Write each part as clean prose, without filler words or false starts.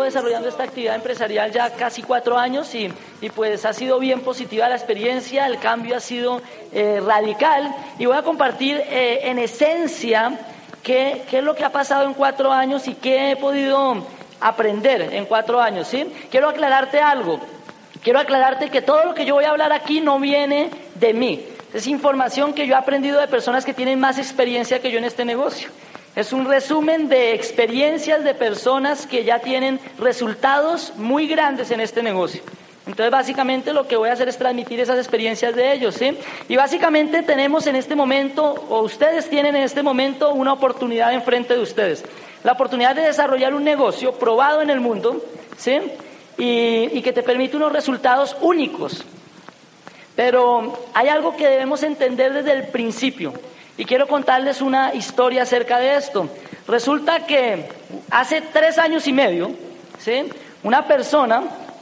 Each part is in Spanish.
desarrollando esta actividad empresarial ya casi 4 años y pues ha sido bien positiva la experiencia, el cambio ha sido radical y voy a compartir en esencia qué es lo que ha pasado en 4 años y qué he podido aprender en 4 años, ¿sí? Quiero aclararte algo, quiero aclararte que todo lo que yo voy a hablar aquí no viene de mí, es información que yo he aprendido de personas que tienen más experiencia que yo en este negocio. Es un resumen de experiencias de personas que ya tienen resultados muy grandes en este negocio. Entonces, básicamente lo que voy a hacer es transmitir esas experiencias de ellos, ¿sí? Y básicamente tenemos en este momento, o ustedes tienen en este momento, una oportunidad enfrente de ustedes. La oportunidad de desarrollar un negocio probado en el mundo, ¿sí? Y que te permite unos resultados únicos. Pero hay algo que debemos entender desde el principio. Y quiero contarles una historia acerca de esto. Resulta que hace 3 años y medio, ¿sí? Una persona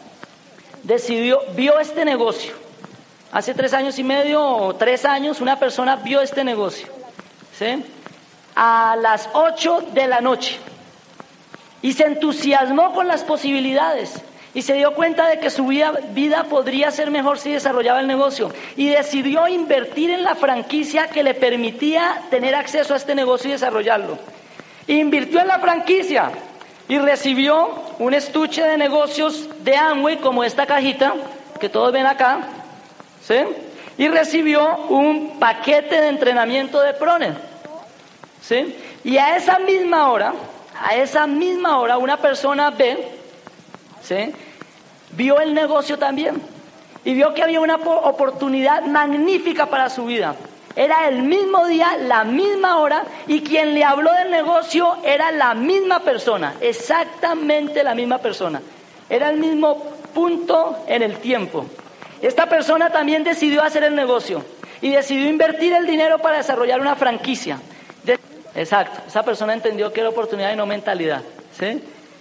vio este negocio. Hace 3 años y medio o 3 años, una persona vio este negocio, ¿sí? A las 8 de la noche. Y se entusiasmó con las posibilidades. Y se dio cuenta de que su vida podría ser mejor si desarrollaba el negocio. Y decidió invertir en la franquicia que le permitía tener acceso a este negocio y desarrollarlo. Invirtió en la franquicia y recibió un estuche de negocios de Amway, como esta cajita que todos ven acá, ¿sí? Y recibió un paquete de entrenamiento de Proner, ¿sí? Y a esa misma hora, una persona ¿sí? Vio el negocio también y vio que había una oportunidad magnífica para su vida. Era el mismo día, la misma hora, y quien le habló del negocio era la misma persona, exactamente la misma persona. Era el mismo punto en el tiempo. Esta persona también decidió hacer el negocio y decidió invertir el dinero para desarrollar una franquicia. Exacto, esa persona entendió que era oportunidad y no mentalidad, ¿sí?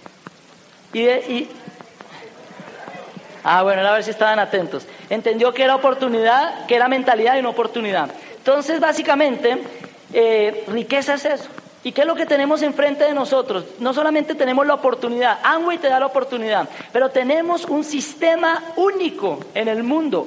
Bueno, a ver si estaban atentos. Entendió que era oportunidad, que era mentalidad y no oportunidad. Entonces, básicamente, riqueza es eso. ¿Y qué es lo que tenemos enfrente de nosotros? No solamente tenemos la oportunidad, Amway te da la oportunidad, pero tenemos un sistema único en el mundo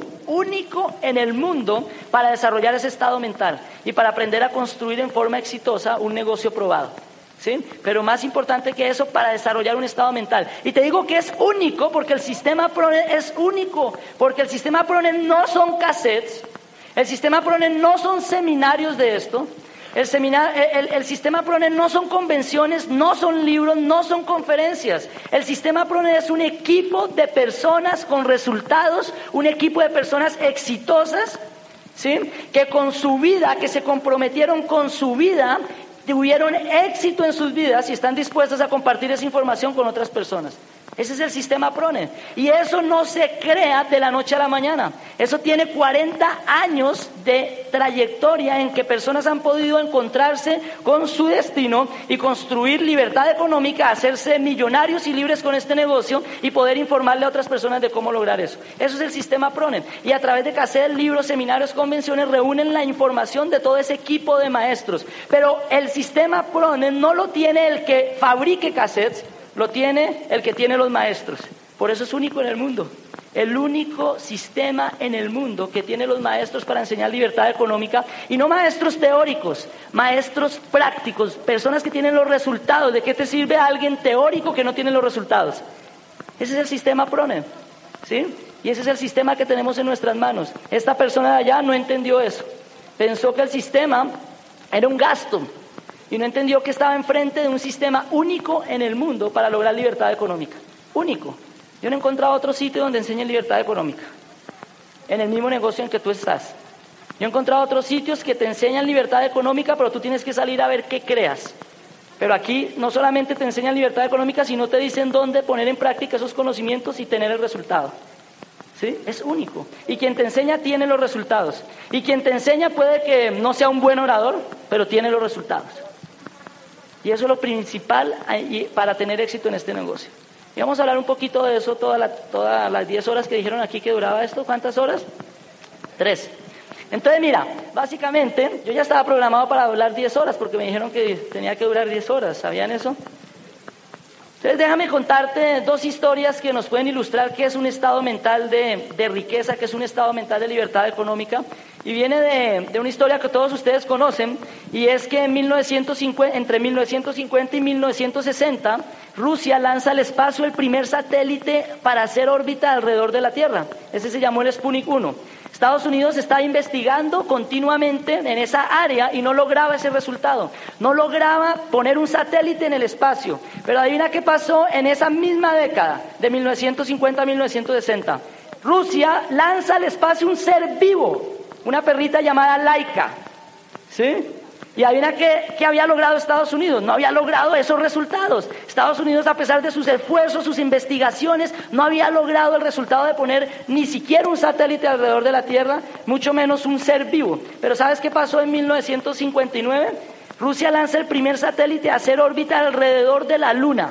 para desarrollar ese estado mental y para aprender a construir en forma exitosa un negocio probado. ¿Sí? Pero más importante que eso, para desarrollar un estado mental. Y te digo que es único porque el sistema Proner es único, porque el sistema Proner no son cassettes, el sistema Proner no son seminarios de esto, el sistema Proner no son convenciones, no son libros, no son conferencias. El sistema Proner es un equipo de personas con resultados, un equipo de personas exitosas, ¿sí? Que con su vida, que se comprometieron con su vida, tuvieron éxito en sus vidas y están dispuestas a compartir esa información con otras personas. Ese es el sistema Proner. Y eso no se crea de la noche a la mañana. Eso tiene 40 años de trayectoria en que personas han podido encontrarse con su destino y construir libertad económica, hacerse millonarios y libres con este negocio y poder informarle a otras personas de cómo lograr eso. Eso es el sistema Proner. Y a través de cassettes, libros, seminarios, convenciones, reúnen la información de todo ese equipo de maestros. Pero el sistema Proner no lo tiene el que fabrique cassettes, lo tiene el que tiene los maestros. Por eso es único en el mundo. El único sistema en el mundo que tiene los maestros para enseñar libertad económica, y no maestros teóricos, maestros prácticos, personas que tienen los resultados. ¿De qué te sirve a alguien teórico que no tiene los resultados? Ese es el sistema Proner, ¿sí? Y ese es el sistema que tenemos en nuestras manos. Esta persona de allá no entendió eso. Pensó que el sistema era un gasto. Y no entendió que estaba enfrente de un sistema único en el mundo para lograr libertad económica. Único. Yo no he encontrado otro sitio donde enseñen libertad económica. En el mismo negocio en que tú estás. Yo he encontrado otros sitios que te enseñan libertad económica, pero tú tienes que salir a ver qué creas. Pero aquí no solamente te enseñan libertad económica, sino te dicen dónde poner en práctica esos conocimientos y tener el resultado. ¿Sí? Es único. Y quien te enseña tiene los resultados. Y quien te enseña puede que no sea un buen orador, pero tiene los resultados. Y eso es lo principal para tener éxito en este negocio. Y vamos a hablar un poquito de eso, todas las 10 horas que dijeron aquí que duraba esto. ¿Cuántas horas? 3. Entonces mira, básicamente yo ya estaba programado para hablar 10 horas porque me dijeron que tenía que durar 10 horas. ¿Sabían eso? Entonces déjame contarte dos historias que nos pueden ilustrar qué es un estado mental de riqueza, qué es un estado mental de libertad económica. Y viene de una historia que todos ustedes conocen, y es que entre 1950 y 1960, Rusia lanza al espacio el primer satélite para hacer órbita alrededor de la Tierra. Ese se llamó el Sputnik 1. Estados Unidos estaba investigando continuamente en esa área y no lograba ese resultado. No lograba poner un satélite en el espacio. Pero adivina qué pasó en esa misma década, de 1950 a 1960. Rusia lanza al espacio un ser vivo, una perrita llamada Laika, ¿sí? Y adivina qué había logrado Estados Unidos. No había logrado esos resultados. Estados Unidos, a pesar de sus esfuerzos, sus investigaciones, no había logrado el resultado de poner ni siquiera un satélite alrededor de la Tierra, mucho menos un ser vivo. Pero ¿sabes qué pasó en 1959? Rusia lanza el primer satélite a hacer órbita alrededor de la Luna.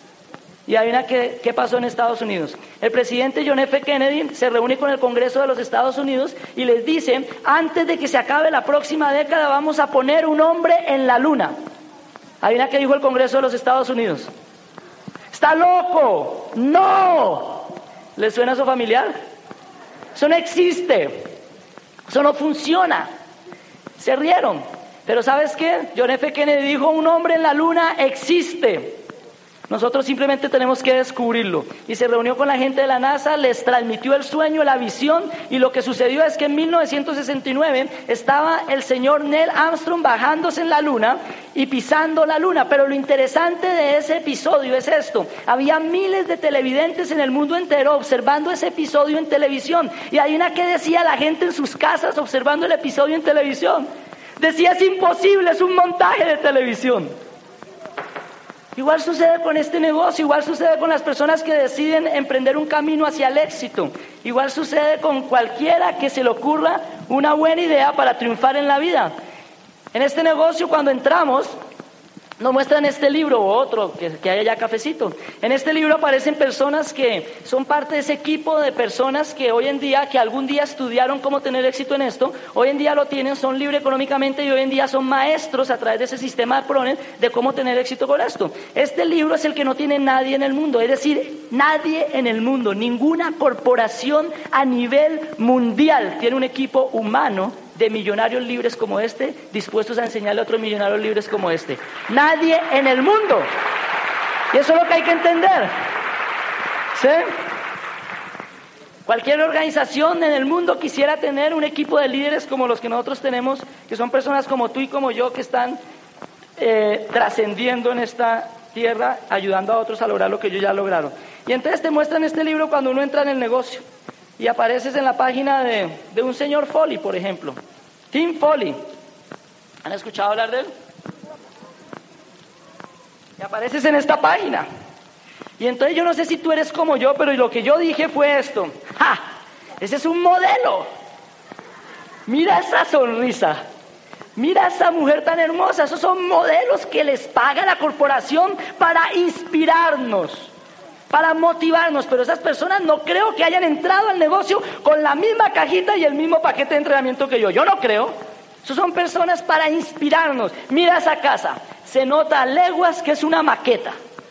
Y adivina qué pasó en Estados Unidos. El presidente John F. Kennedy se reúne con el Congreso de los Estados Unidos y les dice: antes de que se acabe la próxima década vamos a poner un hombre en la Luna. Adivina qué dijo el Congreso de los Estados Unidos. ¡Está loco! ¡No! ¿Les suena eso familiar? Eso no existe. Eso no funciona. Se rieron. Pero ¿sabes qué? John F. Kennedy dijo: un hombre en la Luna existe. Nosotros simplemente tenemos que descubrirlo. Y se reunió con la gente de la NASA, les transmitió el sueño, la visión, y lo que sucedió es que en 1969 estaba el señor Neil Armstrong bajándose en la Luna y pisando la Luna. Pero lo interesante de ese episodio es esto: había miles de televidentes en el mundo entero observando ese episodio en televisión. Y hay una que decía la gente en sus casas observando el episodio en televisión. Decía: es imposible, es un montaje de televisión. Igual sucede con este negocio, igual sucede con las personas que deciden emprender un camino hacia el éxito. Igual sucede con cualquiera que se le ocurra una buena idea para triunfar en la vida. En este negocio, cuando entramos, nos muestran este libro o otro, que haya ya cafecito. En este libro aparecen personas que son parte de ese equipo de personas que hoy en día, que algún día estudiaron cómo tener éxito en esto, hoy en día lo tienen, son libres económicamente y hoy en día son maestros a través de ese sistema de Pronet de cómo tener éxito con esto. Este libro es el que no tiene nadie en el mundo, es decir, nadie en el mundo, ninguna corporación a nivel mundial tiene un equipo humano de millonarios libres como este, dispuestos a enseñarle a otros millonarios libres como este. Nadie en el mundo. Y eso es lo que hay que entender. ¿Sí? Cualquier organización en el mundo quisiera tener un equipo de líderes como los que nosotros tenemos, que son personas como tú y como yo, que están trascendiendo en esta tierra, ayudando a otros a lograr lo que ellos ya lograron. Y entonces te muestran este libro cuando uno entra en el negocio. Y apareces en la página de un señor Foley, por ejemplo. Tim Foley. ¿Han escuchado hablar de él? Y apareces en esta página. Y entonces yo no sé si tú eres como yo, pero lo que yo dije fue esto: ¡ja! Ese es un modelo. Mira esa sonrisa. Mira a esa mujer tan hermosa. Esos son modelos que les paga la corporación para inspirarnos, para motivarnos. Pero esas personas no creo que hayan entrado al negocio con la misma cajita y el mismo paquete de entrenamiento que yo. Yo no creo. Esas son personas para inspirarnos. Mira esa casa. Se nota a leguas que es una maqueta.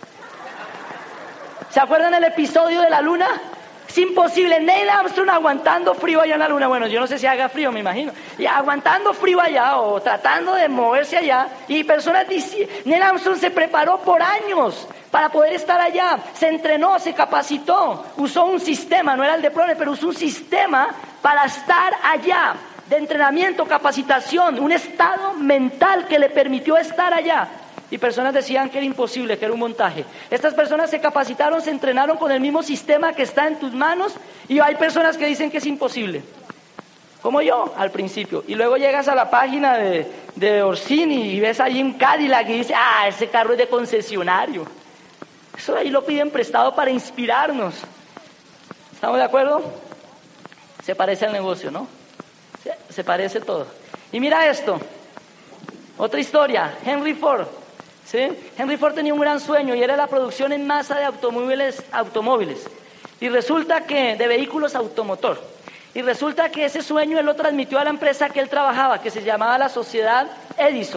¿Se acuerdan el episodio de la Luna? Es imposible. Neil Armstrong aguantando frío allá en la Luna. Bueno, yo no sé si haga frío, me imagino. Y aguantando frío allá o tratando de moverse allá. Y personas dicen, Neil Armstrong se preparó por años para poder estar allá. Se entrenó, se capacitó. Usó un sistema, no era el de Pronet, pero usó un sistema para estar allá. De entrenamiento, capacitación, un estado mental que le permitió estar allá. Y personas decían que era imposible, que era un montaje. Estas personas se capacitaron, se entrenaron con el mismo sistema que está en tus manos, y hay personas que dicen que es imposible. Como yo, al principio. Y luego llegas a la página de Orsini y ves ahí un Cadillac y dices: ah, ese carro es de concesionario. Eso ahí lo piden prestado para inspirarnos. ¿Estamos de acuerdo? Se parece al negocio, ¿no? Se parece todo. Y mira esto. Otra historia. Henry Ford. ¿Sí? Henry Ford tenía un gran sueño y era la producción en masa de automóviles. Y resulta que, de vehículos automotor. Y resulta que ese sueño él lo transmitió a la empresa que él trabajaba, que se llamaba la Sociedad Edison.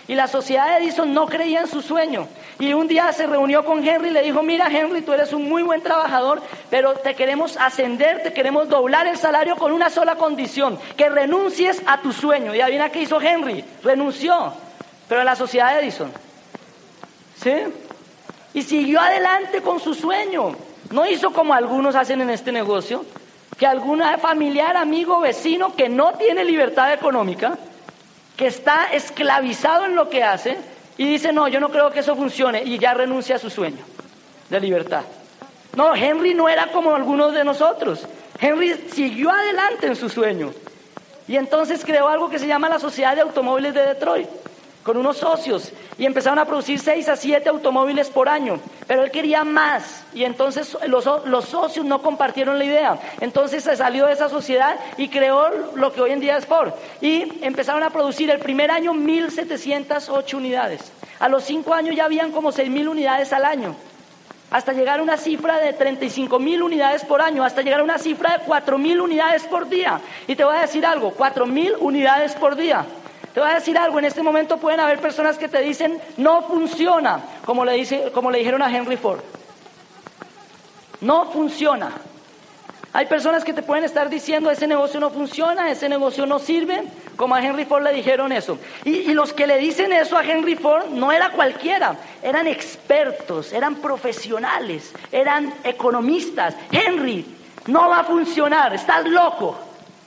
Y la sociedad de Edison no creía en su sueño. Y un día se reunió con Henry y le dijo, mira Henry, tú eres un muy buen trabajador, pero te queremos ascender, te queremos doblar el salario con una sola condición, que renuncies a tu sueño. Y adivina qué hizo Henry, renunció, pero a la sociedad de Edison. ¿Sí? Y siguió adelante con su sueño. No hizo como algunos hacen en este negocio, que algún familiar, amigo, vecino que no tiene libertad económica, que está esclavizado en lo que hace y dice, no, yo no creo que eso funcione, y ya renuncia a su sueño de libertad. No, Henry no era como algunos de nosotros. Henry siguió adelante en su sueño y entonces creó algo que se llama la Sociedad de Automóviles de Detroit, con unos socios, y empezaron a producir 6 a 7 automóviles por año, pero él quería más, y entonces los socios no compartieron la idea. Entonces se salió de esa sociedad y creó lo que hoy en día es Ford, y empezaron a producir el primer año 1,708 unidades. A los 5 años ya habían como 6,000 unidades al año, hasta llegar a una cifra de 35,000 unidades por año, hasta llegar a una cifra de 4,000 unidades por día. Y te voy a decir algo, 4,000 unidades por día. Te voy a decir algo, en este momento pueden haber personas que te dicen, no funciona, como le dijeron a Henry Ford. No funciona. Hay personas que te pueden estar diciendo, ese negocio no funciona, ese negocio no sirve, como a Henry Ford le dijeron eso. Y los que le dicen eso a Henry Ford no era cualquiera, eran expertos, eran profesionales, eran economistas. Henry, no va a funcionar, estás loco.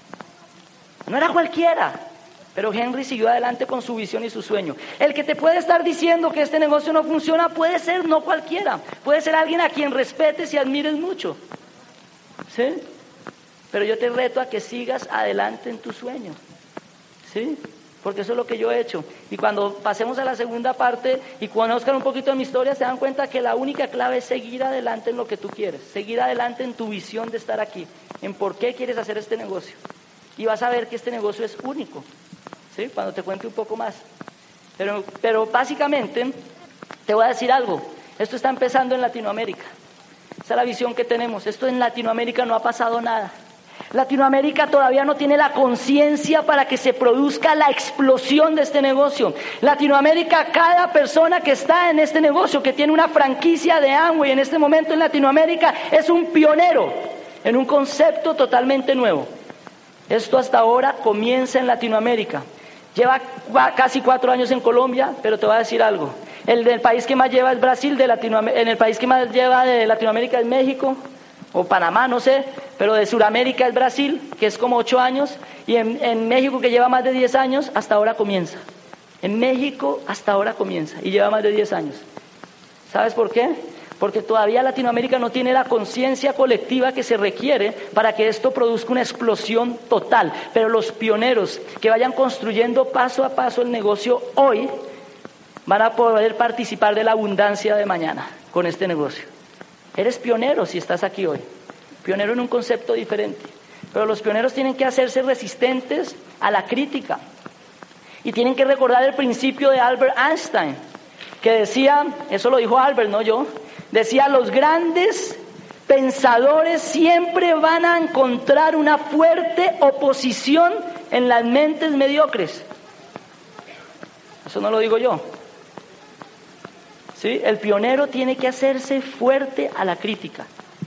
No era cualquiera. Pero Henry siguió adelante con su visión y su sueño. El que te puede estar diciendo que este negocio no funciona puede ser no cualquiera. Puede ser alguien a quien respetes y admires mucho. ¿Sí? Pero yo te reto a que sigas adelante en tu sueño. ¿Sí? Porque eso es lo que yo he hecho. Y cuando pasemos a la segunda parte y conozcan un poquito de mi historia, se dan cuenta que la única clave es seguir adelante en lo que tú quieres. Seguir adelante en tu visión de estar aquí. En por qué quieres hacer este negocio. Y vas a ver que este negocio es único. ¿Sí? Cuando te cuente un poco más. Pero básicamente, te voy a decir algo. Esto está empezando en Latinoamérica. Esa es la visión que tenemos. Esto en Latinoamérica no ha pasado nada. Latinoamérica todavía no tiene la conciencia para que se produzca la explosión de este negocio. Latinoamérica, cada persona que está en este negocio, que tiene una franquicia de Amway en este momento en Latinoamérica, es un pionero en un concepto totalmente nuevo. Esto hasta ahora comienza en Latinoamérica. Lleva casi 4 años en Colombia, pero te voy a decir algo. El del país que más lleva es Brasil, en el país que más lleva de Latinoamérica es México, o Panamá, no sé, pero de Sudamérica es Brasil, que es como 8 años, y en México, que lleva más de 10 años, hasta ahora comienza. En México hasta ahora comienza, y lleva más de 10 años. ¿Sabes por qué? Porque todavía Latinoamérica no tiene la conciencia colectiva que se requiere para que esto produzca una explosión total. Pero los pioneros que vayan construyendo paso a paso el negocio hoy van a poder participar de la abundancia de mañana con este negocio. Eres pionero si estás aquí hoy, pionero en un concepto diferente. Pero los pioneros tienen que hacerse resistentes a la crítica y tienen que recordar el principio de Albert Einstein, que decía, eso lo dijo Albert, no yo, decía, los grandes pensadores siempre van a encontrar una fuerte oposición en las mentes mediocres. Eso no lo digo yo. ¿Sí? El pionero tiene que hacerse fuerte a la crítica.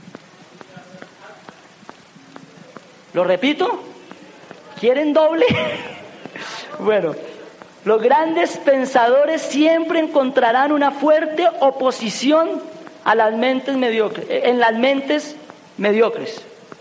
¿Lo repito? ¿Quieren doble? Bueno, los grandes pensadores siempre encontrarán una fuerte oposición a las mentes mediocres, en las mentes mediocres.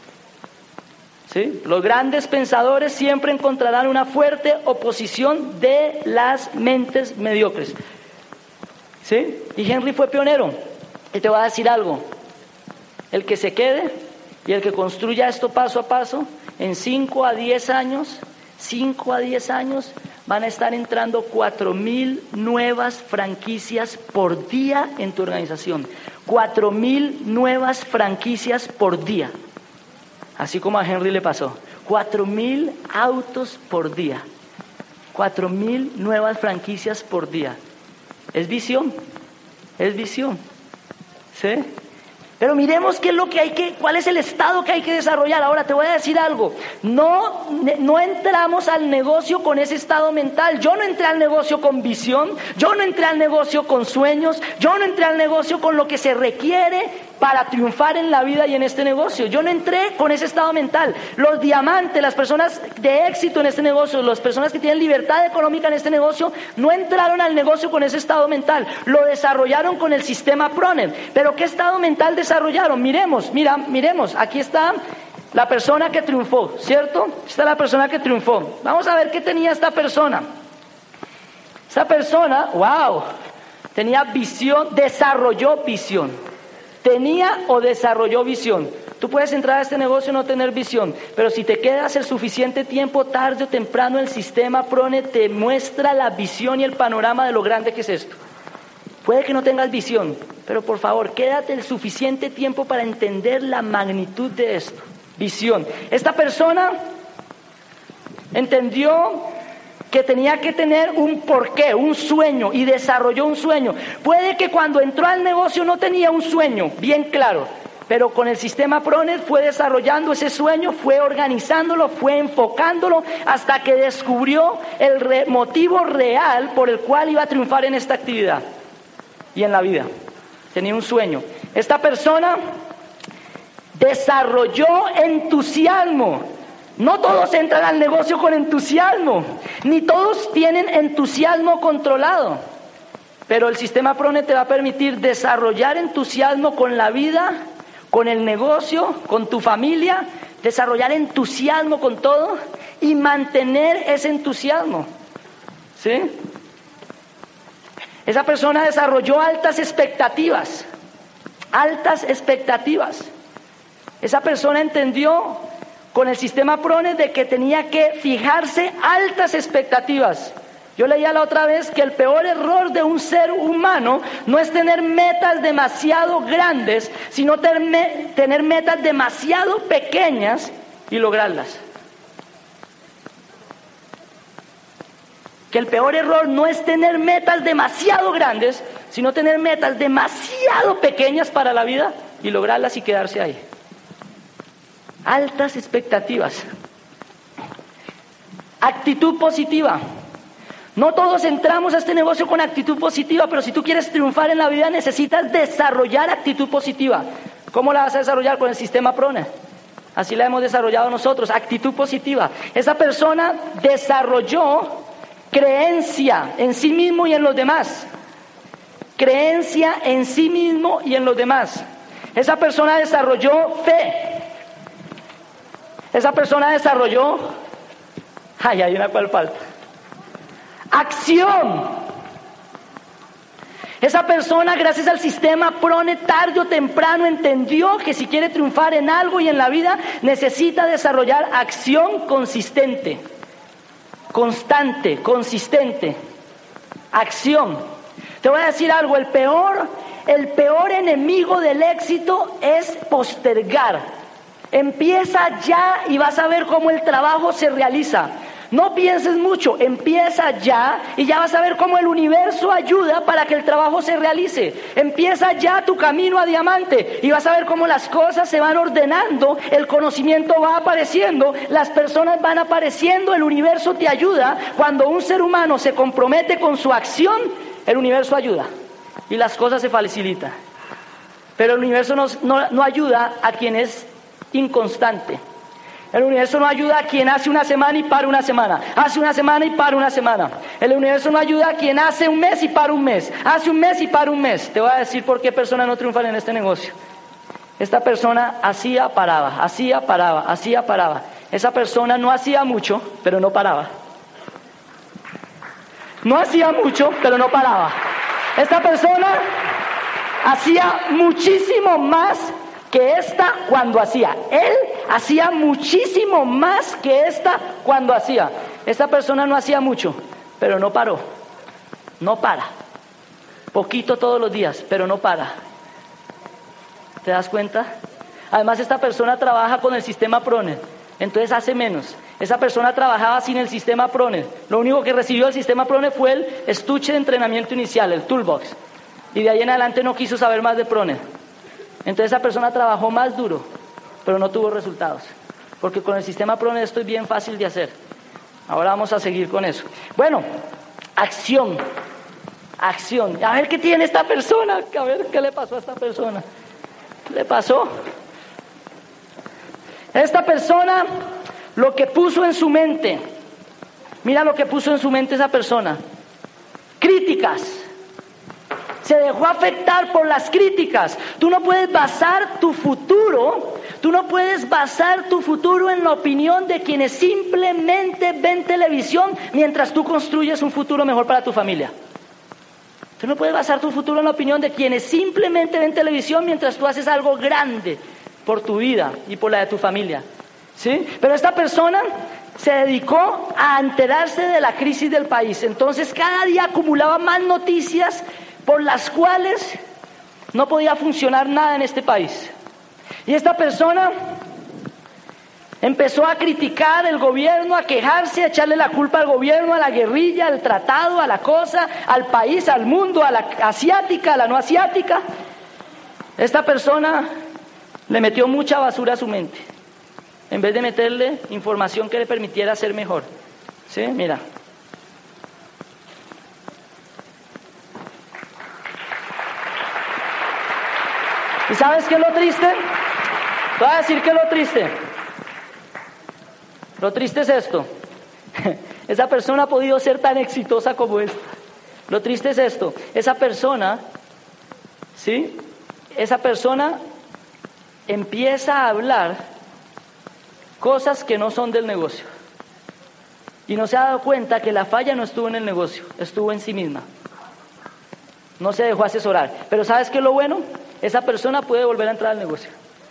¿Sí? Los grandes pensadores siempre encontrarán una fuerte oposición de las mentes mediocres. ¿Sí? Y Henry fue pionero. Y te voy a decir algo. El que se quede y el que construya esto paso a paso, en 5 a 10 años, van a estar entrando 4,000 nuevas franquicias por día en tu organización. 4,000 nuevas franquicias por día. Así como a Henry le pasó. 4,000 autos por día. 4,000 nuevas franquicias por día. Es visión. ¿Sí? Pero miremos qué es lo que cuál es el estado que hay que desarrollar. Ahora te voy a decir algo. No entramos al negocio con ese estado mental. Yo no entré al negocio con visión. Yo no entré al negocio con sueños. Yo no entré al negocio con lo que se requiere para triunfar en la vida y en este negocio. Yo no entré con ese estado mental. Los diamantes, las personas de éxito en este negocio, las personas que tienen libertad económica en este negocio, no entraron al negocio con ese estado mental. Lo desarrollaron con el sistema Proner. Pero ¿qué estado mental desarrollaron? Miremos. Aquí está la persona que triunfó, ¿cierto? Esta es la persona que triunfó. Vamos a ver qué tenía esta persona. Esta persona, wow, tenía visión, desarrolló visión. Tenía o desarrolló visión. Tú puedes entrar a este negocio y no tener visión, pero si te quedas el suficiente tiempo, tarde o temprano el sistema Prone te muestra la visión y el panorama de lo grande que es esto. Puede que no tengas visión, pero por favor, quédate el suficiente tiempo para entender la magnitud de esto. Visión. Esta persona entendió que tenía que tener un porqué, un sueño, y desarrolló un sueño. Puede que cuando entró al negocio no tenía un sueño bien claro, pero con el sistema Pronet fue desarrollando ese sueño, fue organizándolo, fue enfocándolo, hasta que descubrió el motivo real por el cual iba a triunfar en esta actividad y en la vida. Tenía un sueño. Esta persona desarrolló entusiasmo. No todos entran al negocio con entusiasmo, ni todos tienen entusiasmo controlado, pero el sistema Pronet te va a permitir desarrollar entusiasmo con la vida, con el negocio, con tu familia, desarrollar entusiasmo con todo y mantener ese entusiasmo, ¿sí? Esa persona desarrolló altas expectativas. Esa persona entendió con el sistema Pronet de que tenía que fijarse altas expectativas. Yo leía la otra vez que el peor error de un ser humano no es tener metas demasiado grandes, sino tener metas demasiado pequeñas y lograrlas. Que el peor error no es tener metas demasiado grandes, sino tener metas demasiado pequeñas para la vida y lograrlas y quedarse ahí. Altas expectativas. Actitud positiva. No todos entramos a este negocio con actitud positiva, pero si tú quieres triunfar en la vida necesitas desarrollar actitud positiva. ¿Cómo la vas a desarrollar? Con el sistema Pronet. Así la hemos desarrollado nosotros, actitud positiva. Esa persona desarrolló creencia en sí mismo y en los demás. Creencia en sí mismo y en los demás. Esa persona desarrolló fe. Esa persona desarrolló, hay una cual falta, acción. Esa persona, gracias al sistema Pronet, tarde o temprano entendió que si quiere triunfar en algo y en la vida, necesita desarrollar acción consistente, constante, consistente, acción. Te voy a decir algo, el peor enemigo del éxito es postergar. Empieza ya y vas a ver cómo el trabajo se realiza. No pienses mucho, empieza ya y ya vas a ver cómo el universo ayuda para que el trabajo se realice. Empieza ya tu camino a diamante y vas a ver cómo las cosas se van ordenando, el conocimiento va apareciendo, las personas van apareciendo, el universo te ayuda. Cuando un ser humano se compromete con su acción, el universo ayuda y las cosas se facilitan. Pero el universo no ayuda a quien es inconstante. El universo no ayuda a quien hace una semana y para una semana, hace una semana y para una semana. El universo no ayuda a quien hace un mes y para un mes, hace un mes y para un mes. Te voy a decir por qué personas no triunfan en este negocio. Esta persona hacía, paraba. Esa persona no hacía mucho, pero no paraba. No hacía mucho, pero no paraba. Esta persona hacía muchísimo más que esta cuando hacía. Él hacía muchísimo más que esta cuando hacía. Esta persona no hacía mucho, pero no paró. No para. Poquito todos los días, pero no para. ¿Te das cuenta? Además, esta persona trabaja con el sistema Pronet, entonces hace menos. Esa persona trabajaba sin el sistema Pronet. Lo único que recibió el sistema Pronet fue el estuche de entrenamiento inicial, el toolbox. Y de ahí en adelante no quiso saber más de Pronet. Entonces esa persona trabajó más duro, pero no tuvo resultados, porque con el sistema PRONE esto es bien fácil de hacer. Ahora vamos a seguir con eso. Bueno, acción. A ver qué tiene esta persona, a ver qué le pasó a esta persona. ¿Qué le pasó? Esta persona, lo que puso en su mente, mira lo que puso en su mente esa persona: críticas. Se dejó afectar por las críticas. Tú no puedes basar tu futuro en la opinión de quienes simplemente ven televisión mientras tú construyes un futuro mejor para tu familia. Tú no puedes basar tu futuro en la opinión de quienes simplemente ven televisión mientras tú haces algo grande por tu vida y por la de tu familia, ¿sí? Pero esta persona se dedicó a enterarse de la crisis del país. Entonces cada día acumulaba más noticias por las cuales no podía funcionar nada en este país. Y esta persona empezó a criticar el gobierno, a quejarse, a echarle la culpa al gobierno, a la guerrilla, al tratado, a la cosa, al país, al mundo, a la asiática, a la no asiática. Esta persona le metió mucha basura a su mente, en vez de meterle información que le permitiera ser mejor. ¿Sí? Mira. ¿Y sabes qué es lo triste? Te voy a decir qué es lo triste. Lo triste es esto. Esa persona ha podido ser tan exitosa como esta. Lo triste es esto. Esa persona, ¿sí? Esa persona empieza a hablar cosas que no son del negocio. Y no se ha dado cuenta que la falla no estuvo en el negocio, estuvo en sí misma. No se dejó asesorar. Pero ¿sabes qué es lo bueno? Esa persona puede volver a entrar al negocio.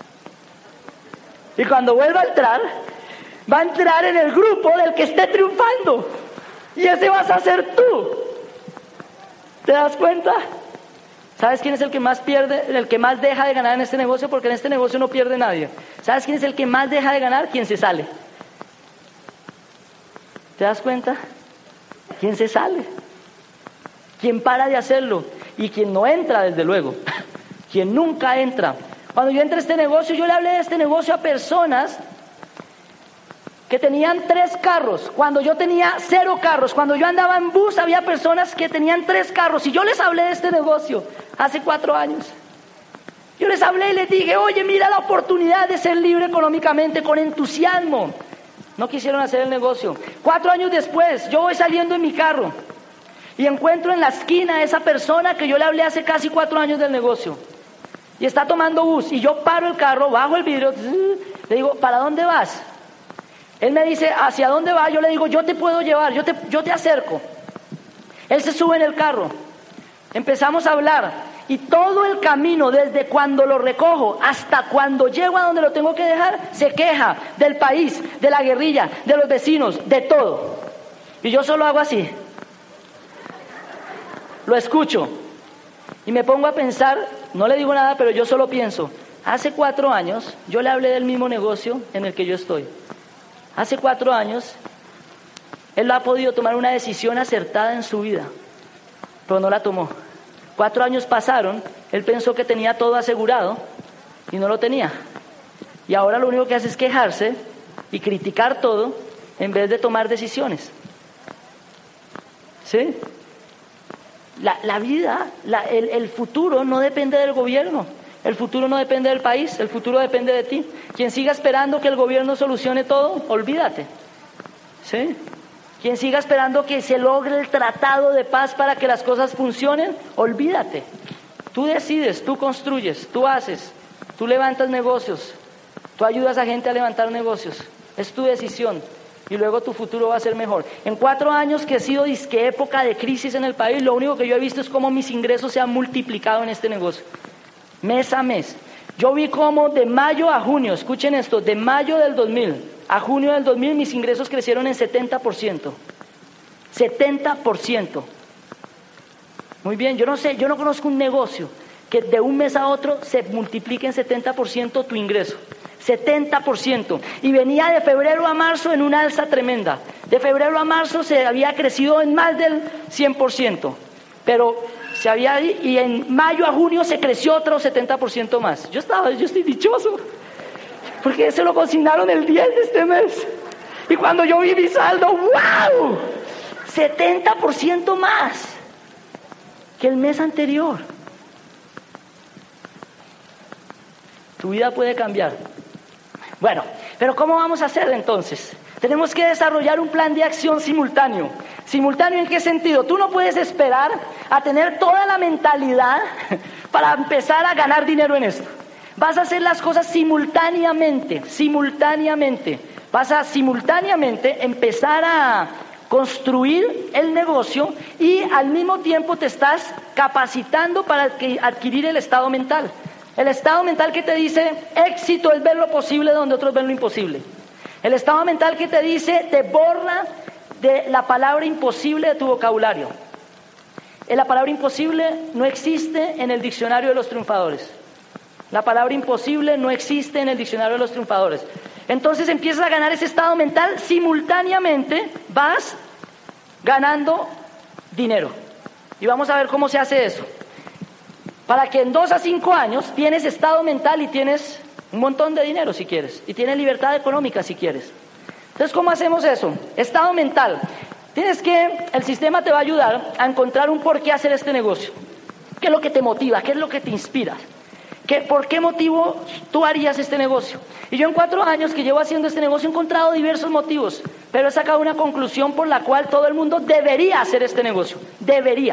Y cuando vuelva a entrar, va a entrar en el grupo del que esté triunfando. Y ese vas a ser tú. ¿Te das cuenta? ¿Sabes quién es el que más pierde, el que más deja de ganar en este negocio? Porque en este negocio no pierde nadie. ¿Sabes quién es el que más deja de ganar? Quien se sale. ¿Te das cuenta? ¿Quién se sale? ¿Quién para de hacerlo? Y quien no entra, desde luego. Quien nunca entra. Cuando yo entré a este negocio, yo le hablé de este negocio a personas que tenían 3 carros, cuando yo tenía 0 carros. Cuando yo andaba en bus, había personas que tenían 3 carros, y yo les hablé de este negocio hace 4 años. Yo les hablé y les dije: oye, mira la oportunidad de ser libre económicamente, con entusiasmo. No quisieron hacer el negocio. 4 años después, yo voy saliendo en mi carro y encuentro en la esquina a esa persona que yo le hablé hace casi 4 años del negocio, y está tomando bus, y yo paro el carro, bajo el vidrio, le digo: ¿para dónde vas? Él me dice: ¿hacia dónde va? Yo le digo: yo te puedo llevar, yo te acerco. Él se sube en el carro, empezamos a hablar, y todo el camino, desde cuando lo recojo hasta cuando llego a donde lo tengo que dejar, se queja del país, de la guerrilla, de los vecinos, de todo. Y yo solo hago así, lo escucho y me pongo a pensar. No le digo nada, pero yo solo pienso: hace 4 años yo le hablé del mismo negocio en el que yo estoy. Hace 4 años él ha podido tomar una decisión acertada en su vida, pero no la tomó. 4 años pasaron, él pensó que tenía todo asegurado y no lo tenía. Y ahora lo único que hace es quejarse y criticar todo en vez de tomar decisiones. ¿Sí? La vida, el futuro no depende del gobierno, el futuro no depende del país, el futuro depende de ti. Quien siga esperando que el gobierno solucione todo, olvídate. ¿Sí? Quien siga esperando que se logre el tratado de paz para que las cosas funcionen, olvídate. Tú decides, tú construyes, tú haces, tú levantas negocios, tú ayudas a gente a levantar negocios. Es tu decisión. Y luego tu futuro va a ser mejor. En 4 años que he sido disque época de crisis en el país, lo único que yo he visto es cómo mis ingresos se han multiplicado en este negocio, mes a mes. Yo vi cómo de mayo a junio, escuchen esto, de mayo del 2000 a junio del 2000 mis ingresos crecieron en 70%. 70%. Muy bien, yo no conozco un negocio que de un mes a otro se multiplique en 70% tu ingreso. 70%. Y venía de febrero a marzo en una alza tremenda. De febrero a marzo se había crecido en más del 100%. Pero y en mayo a junio se creció otro 70% más. Yo estoy dichoso, porque se lo consignaron el 10 de este mes. Y cuando yo vi mi saldo, ¡wow! 70% más que el mes anterior. Tu vida puede cambiar. Bueno, pero ¿cómo vamos a hacer entonces? Tenemos que desarrollar un plan de acción simultáneo. ¿Simultáneo en qué sentido? Tú no puedes esperar a tener toda la mentalidad para empezar a ganar dinero en esto. Vas a hacer las cosas simultáneamente. Vas a simultáneamente empezar a construir el negocio y al mismo tiempo te estás capacitando para adquirir el estado mental. El estado mental que te dice éxito es ver lo posible donde otros ven lo imposible. El estado mental que te dice, te borra de la palabra imposible de tu vocabulario. La palabra imposible no existe en el diccionario de los triunfadores. La palabra imposible no existe en el diccionario de los triunfadores. Entonces empiezas a ganar ese estado mental, simultáneamente vas ganando dinero. Y vamos a ver cómo se hace eso. Para que en 2 a 5 años tienes estado mental y tienes un montón de dinero si quieres. Y tienes libertad económica si quieres. Entonces, ¿cómo hacemos eso? Estado mental. El sistema te va a ayudar a encontrar un por qué hacer este negocio. ¿Qué es lo que te motiva? ¿Qué es lo que te inspira? ¿Por qué motivo tú harías este negocio? Y yo en 4 años que llevo haciendo este negocio he encontrado diversos motivos, pero he sacado una conclusión por la cual todo el mundo debería hacer este negocio. Debería.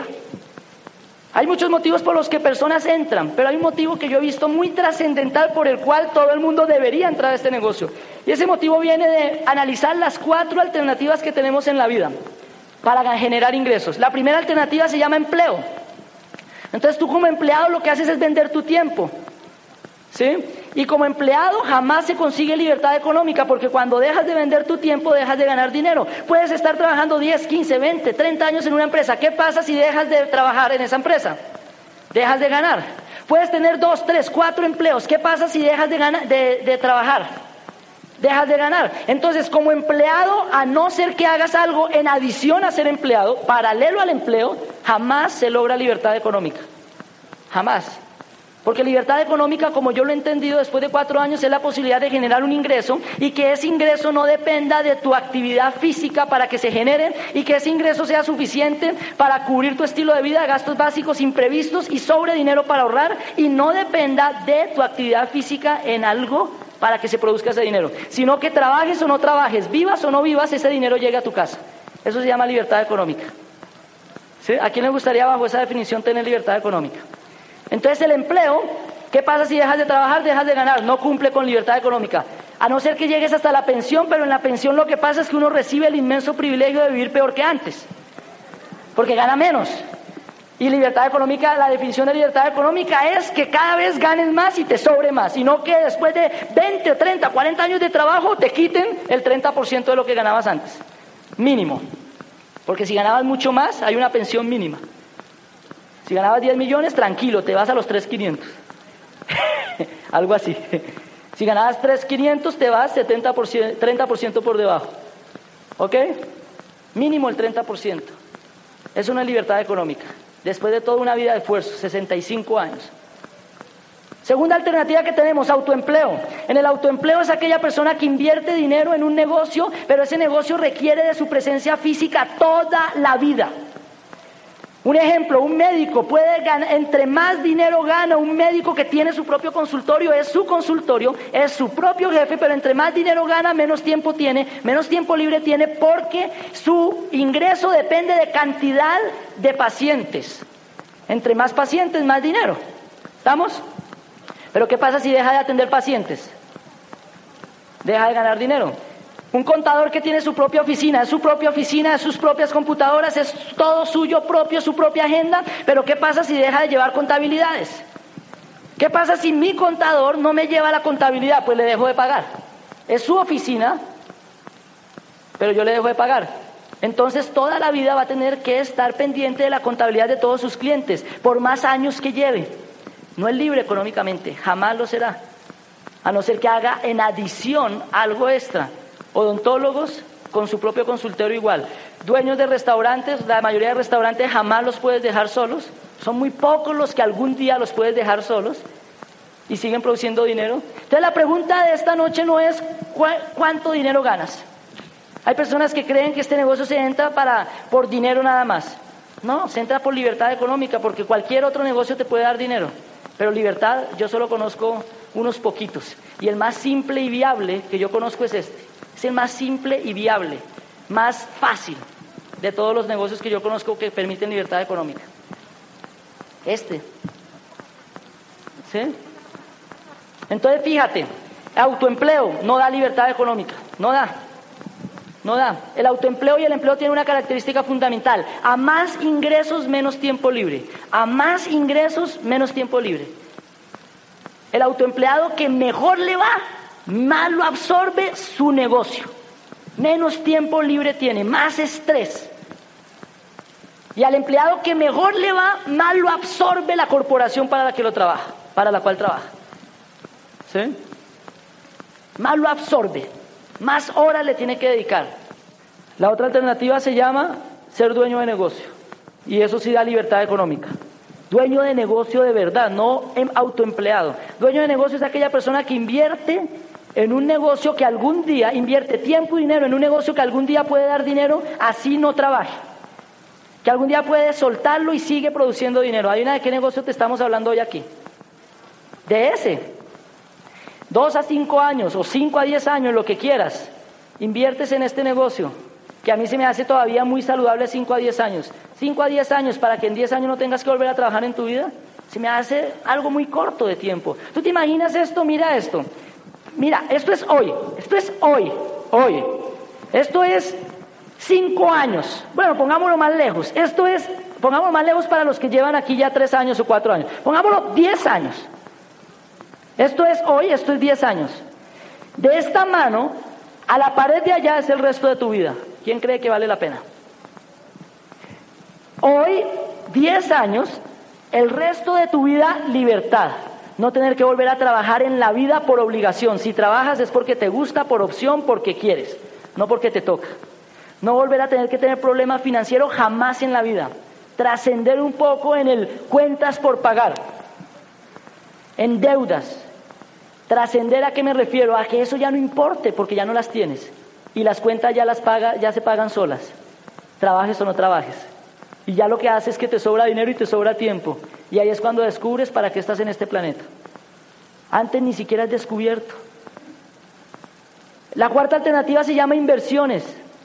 Hay muchos motivos por los que personas entran, pero hay un motivo que yo he visto muy trascendental por el cual todo el mundo debería entrar a este negocio. Y ese motivo viene de analizar las 4 alternativas que tenemos en la vida para generar ingresos. La primera alternativa se llama empleo. Entonces tú como empleado lo que haces es vender tu tiempo, ¿sí? Y como empleado jamás se consigue libertad económica, porque cuando dejas de vender tu tiempo dejas de ganar dinero. Puedes estar trabajando 10, 15, 20, 30 años en una empresa. ¿Qué pasa si dejas de trabajar en esa empresa? Dejas de ganar. Puedes tener 2, 3, 4 empleos. ¿Qué pasa si dejas de trabajar? Dejas de ganar. Entonces, como empleado, a no ser que hagas algo en adición a ser empleado, paralelo al empleo, jamás se logra libertad económica. Jamás. Porque libertad económica, como yo lo he entendido después de 4 años, es la posibilidad de generar un ingreso y que ese ingreso no dependa de tu actividad física para que se genere, y que ese ingreso sea suficiente para cubrir tu estilo de vida, gastos básicos imprevistos y sobre dinero para ahorrar, y no dependa de tu actividad física en algo para que se produzca ese dinero, sino que trabajes o no trabajes, vivas o no vivas, ese dinero llega a tu casa. Eso se llama libertad económica. ¿Sí? ¿A quién le gustaría bajo esa definición tener libertad económica? Entonces el empleo, ¿qué pasa si dejas de trabajar? Dejas de ganar, no cumple con libertad económica. A no ser que llegues hasta la pensión, pero en la pensión lo que pasa es que uno recibe el inmenso privilegio de vivir peor que antes, porque gana menos. Y libertad económica, la definición de libertad económica es que cada vez ganes más y te sobre más, y no que después de 20, 30, 40 años de trabajo te quiten el 30% de lo que ganabas antes. Mínimo. Porque si ganabas mucho más, hay una pensión mínima. Si ganabas 10 millones, tranquilo, te vas a los 3.500. Algo así. Si ganabas 3.500, te vas 30% por debajo. ¿Ok? Mínimo el 30%. Es una libertad económica. Después de toda una vida de esfuerzo, 65 años. Segunda alternativa que tenemos, autoempleo. En el autoempleo es aquella persona que invierte dinero en un negocio, pero ese negocio requiere de su presencia física toda la vida. Un ejemplo, un médico puede ganar, entre más dinero gana un médico que tiene su propio consultorio, es su consultorio, es su propio jefe, pero entre más dinero gana, menos tiempo tiene, menos tiempo libre tiene, porque su ingreso depende de cantidad de pacientes. Entre más pacientes, más dinero. ¿Estamos? Pero ¿qué pasa si deja de atender pacientes? Deja de ganar dinero. Un contador que tiene su propia oficina, es sus propias computadoras, es todo suyo propio, su propia agenda, pero ¿qué pasa si deja de llevar contabilidades? ¿Qué pasa si mi contador no me lleva la contabilidad? Pues le dejo de pagar. Es su oficina, pero yo le dejo de pagar. Entonces toda la vida va a tener que estar pendiente de la contabilidad de todos sus clientes, por más años que lleve. No es libre económicamente, jamás lo será, a no ser que haga en adición algo extra. Odontólogos con su propio consultorio igual. Dueños de restaurantes, la mayoría de restaurantes jamás los puedes dejar solos, Son muy pocos los que algún día los puedes dejar solos y siguen produciendo dinero. Entonces la pregunta de esta noche no es cuánto dinero ganas. Hay personas que creen que este negocio se entra por dinero nada más. No, se entra por libertad económica, porque cualquier otro negocio te puede dar dinero. Pero libertad, yo solo conozco unos poquitos. Y el más simple y viable que yo conozco es este. Es el más simple y viable, más fácil de todos los negocios que yo conozco que permiten libertad económica. Este. ¿Sí? Entonces fíjate, autoempleo no da libertad económica, no da. El autoempleo y el empleo tienen una característica fundamental: a más ingresos, menos tiempo libre. A más ingresos, menos tiempo libre. El autoempleado que mejor le va, más lo absorbe su negocio. Menos tiempo libre tiene, más estrés. Y al empleado que mejor le va, más lo absorbe la corporación para la cual trabaja. ¿Sí? Más lo absorbe, más horas le tiene que dedicar. La otra alternativa se llama ser dueño de negocio, y eso sí da libertad económica. Dueño de negocio de verdad, no autoempleado. Dueño de negocio es aquella persona que invierte en un negocio que algún día, invierte tiempo y dinero en un negocio que algún día puede dar dinero, así no trabaje. Que algún día puede soltarlo y sigue produciendo dinero. ¿Adivina de qué negocio te estamos hablando hoy aquí? De ese. 2 a 5 años o 5 a 10 años, lo que quieras, inviertes en este negocio, que a mí se me hace todavía muy saludable 5 a 10 años. 5 a 10 años para que en 10 años no tengas que volver a trabajar en tu vida, se me hace algo muy corto de tiempo. ¿Tú te imaginas esto? Mira esto. Mira, esto es hoy. Esto es 5 años. Bueno, pongámoslo más lejos. Pongámoslo más lejos para los que llevan aquí ya 3 años o 4 años. Pongámoslo 10 años. Esto es hoy, esto es 10 años. De esta mano a la pared de allá es el resto de tu vida. ¿Quién cree que vale la pena? Hoy, 10 años, el resto de tu vida, libertad. No tener que volver a trabajar en la vida por obligación. Si trabajas es porque te gusta, por opción, porque quieres, no porque te toca. No volver a tener que tener problemas financieros jamás en la vida. Trascender un poco en el cuentas por pagar, en deudas. Trascender, ¿a qué me refiero? A que eso ya no importe porque ya no las tienes. Y las cuentas ya se pagan solas. Trabajes o no trabajes. Y ya lo que hace es que te sobra dinero y te sobra tiempo. Y ahí es cuando descubres para qué estás en este planeta. Antes ni siquiera has descubierto. La cuarta alternativa se llama inversiones.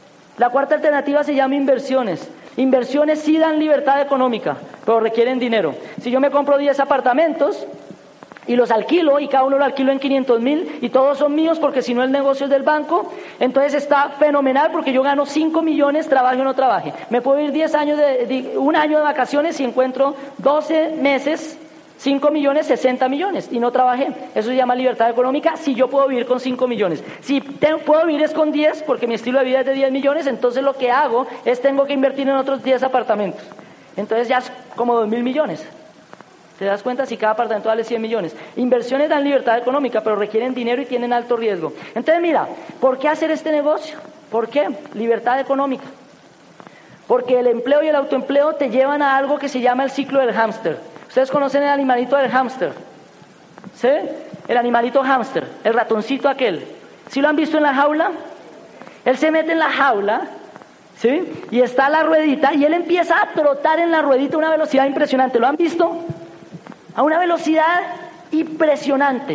Inversiones sí dan libertad económica, pero requieren dinero. Si yo me compro 10 apartamentos y los alquilo, y cada uno lo alquilo en 500,000, y todos son míos porque si no el negocio es del banco, entonces está fenomenal porque yo gano 5 millones, trabaje o no trabaje. Me puedo ir 10 años, un año de vacaciones y encuentro 12 meses, 5 millones, 60 millones, y no trabajé. Eso se llama libertad económica si yo puedo vivir con 5 millones. Si puedo vivir es con 10, porque mi estilo de vida es de 10 millones, entonces lo que hago es tengo que invertir en otros 10 apartamentos. Entonces ya es como 2.000 millones. ¿Te das cuenta? Si cada apartamento vale 100 millones. Inversiones dan libertad económica, pero requieren dinero y tienen alto riesgo. Entonces mira, ¿por qué hacer este negocio? ¿Por qué? Libertad económica. Porque el empleo y el autoempleo te llevan a algo que se llama el ciclo del hámster. ¿Ustedes conocen el animalito del hámster? ¿Sí? El animalito hámster, el ratoncito aquel. ¿Sí lo han visto en la jaula? Él se mete en la jaula, ¿sí? Y está la ruedita y él empieza a trotar en la ruedita a una velocidad impresionante. ¿Lo han visto? A una velocidad impresionante.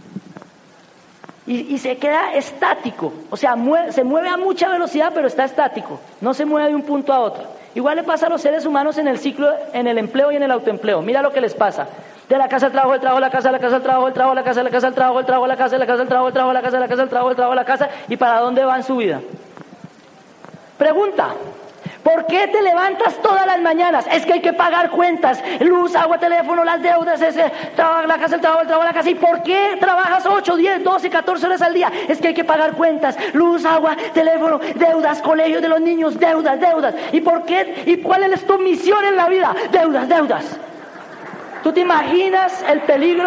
Y se queda estático. O sea, se mueve a mucha velocidad, pero está estático. No se mueve de un punto a otro. Igual le pasa a los seres humanos en el ciclo, en el empleo y en el autoempleo. Mira lo que les pasa. De la casa al trabajo, el trabajo, la casa, la casa, el trabajo, el trabajo, la casa, la casa, el trabajo, el trabajo, la casa, la casa, el trabajo, el trabajo, la casa, la casa, el trabajo, el trabajo, la casa. ¿Y para dónde va en su vida? Pregunta. ¿Por qué te levantas todas las mañanas? Es que hay que pagar cuentas, luz, agua, teléfono, las deudas, trabajo, la casa, el trabajo, la casa. ¿Y por qué trabajas 8, 10, 12, 14 horas al día? Es que hay que pagar cuentas, luz, agua, teléfono, deudas, colegios de los niños, deudas. ¿Y por qué? ¿Y cuál es tu misión en la vida? Deudas. ¿Tú te imaginas el peligro?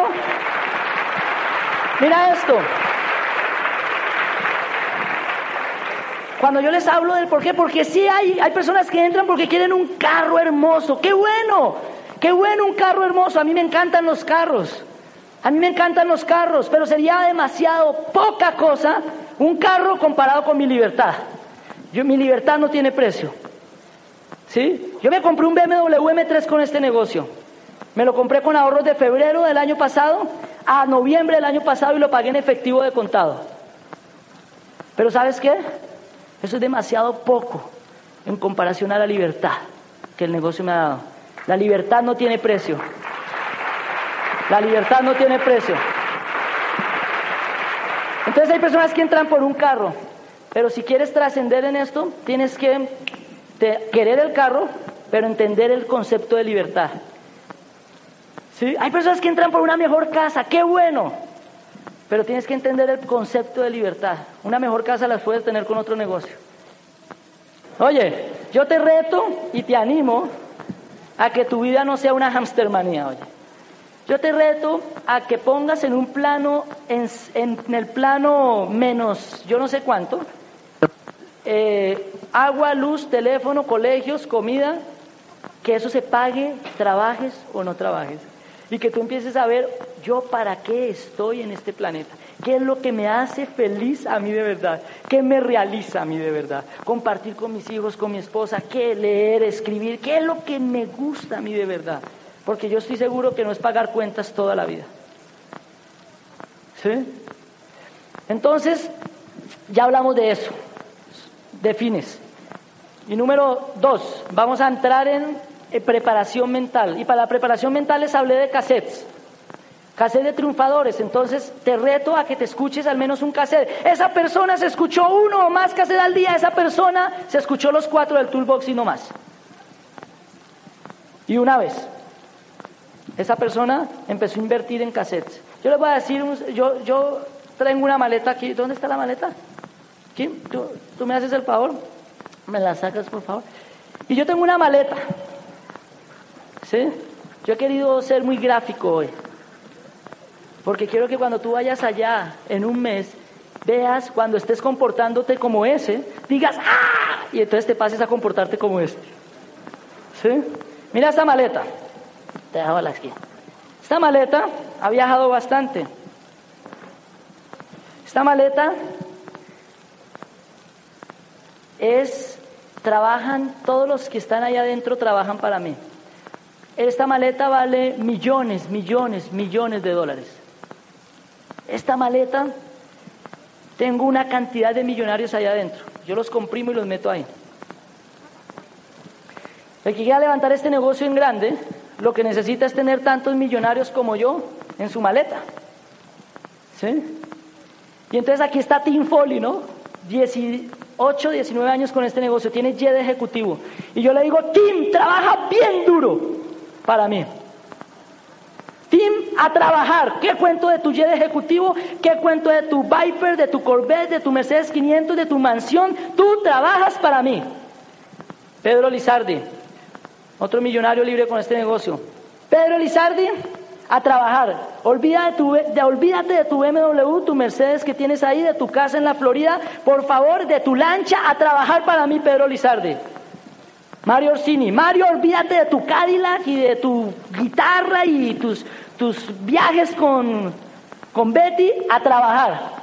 Mira esto. Cuando yo les hablo del por qué, porque sí hay personas que entran porque quieren un carro hermoso. ¡Qué bueno! Qué bueno un carro hermoso, a mí me encantan los carros. A mí me encantan los carros, pero sería demasiado poca cosa un carro comparado con mi libertad. Mi libertad no tiene precio. ¿Sí? Yo me compré un BMW M3 con este negocio. Me lo compré con ahorros de febrero del año pasado a noviembre del año pasado y lo pagué en efectivo de contado. Pero ¿sabes qué? Eso es demasiado poco en comparación a la libertad que el negocio me ha dado. La libertad no tiene precio. La libertad no tiene precio. Entonces hay personas que entran por un carro, pero si quieres trascender en esto, tienes que querer el carro, pero entender el concepto de libertad. ¿Sí? Hay personas que entran por una mejor casa, qué bueno, pero tienes que entender el concepto de libertad. Una mejor casa la puedes tener con otro negocio. Oye, yo te reto y te animo a que tu vida no sea una hamstermanía, oye. Yo te reto a que pongas en un plano, en el plano menos, yo no sé cuánto, agua, luz, teléfono, colegios, comida, que eso se pague, trabajes o no trabajes. Y que tú empieces a ver, yo para qué estoy en este planeta, qué es lo que me hace feliz a mí de verdad, qué me realiza a mí de verdad, compartir con mis hijos, con mi esposa, qué leer, escribir, qué es lo que me gusta a mí de verdad. Porque yo estoy seguro que no es pagar cuentas toda la vida. ¿Sí? Entonces, ya hablamos de eso. Defines. Y número 2, vamos a entrar en preparación mental. Y para la preparación mental les hablé de cassettes. Cassettes de triunfadores. Entonces, te reto a que te escuches al menos un cassette. Esa persona se escuchó 1 o más cassettes al día. Esa persona se escuchó los 4 del Toolbox y no más. Y una vez. Esa persona empezó a invertir en cassettes. Yo les voy a decir, yo traigo una maleta aquí. ¿Dónde está la maleta? ¿Quién? ¿Tú me haces el favor? ¿Me la sacas, por favor? Y yo tengo una maleta. ¿Sí? Yo he querido ser muy gráfico hoy. Porque quiero que cuando tú vayas allá en un mes, veas cuando estés comportándote como ese, digas ¡ah! Y entonces te pases a comportarte como este. ¿Sí? Mira esta maleta. Te dejo la esquina. Esta maleta ha viajado bastante. Esta maleta trabajan, todos los que están ahí adentro trabajan para mí. Esta maleta vale millones de dólares. Esta maleta, tengo una cantidad de millonarios allá adentro. Yo los comprimo y los meto ahí. El que quiera levantar este negocio en grande, lo que necesita es tener tantos millonarios como yo en su maleta. ¿Sí? Y entonces aquí está Tim Foley, ¿no? 18, 19 años con este negocio, tiene Y de ejecutivo. Y yo le digo, Tim, trabaja bien duro para mí. Tim, a trabajar. ¿Qué cuento de tu Y de ejecutivo? ¿Qué cuento de tu Viper, de tu Corvette, de tu Mercedes 500, de tu mansión? Tú trabajas para mí. Pedro Lizardi, otro millonario libre con este negocio. Pedro Lizardi, a trabajar. Olvídate de tu BMW, tu Mercedes que tienes ahí, de tu casa en la Florida, por favor, de tu lancha, a trabajar para mí, Pedro Lizardi. Mario Orsini, Mario, olvídate de tu Cadillac y de tu guitarra y tus viajes con Betty, a trabajar.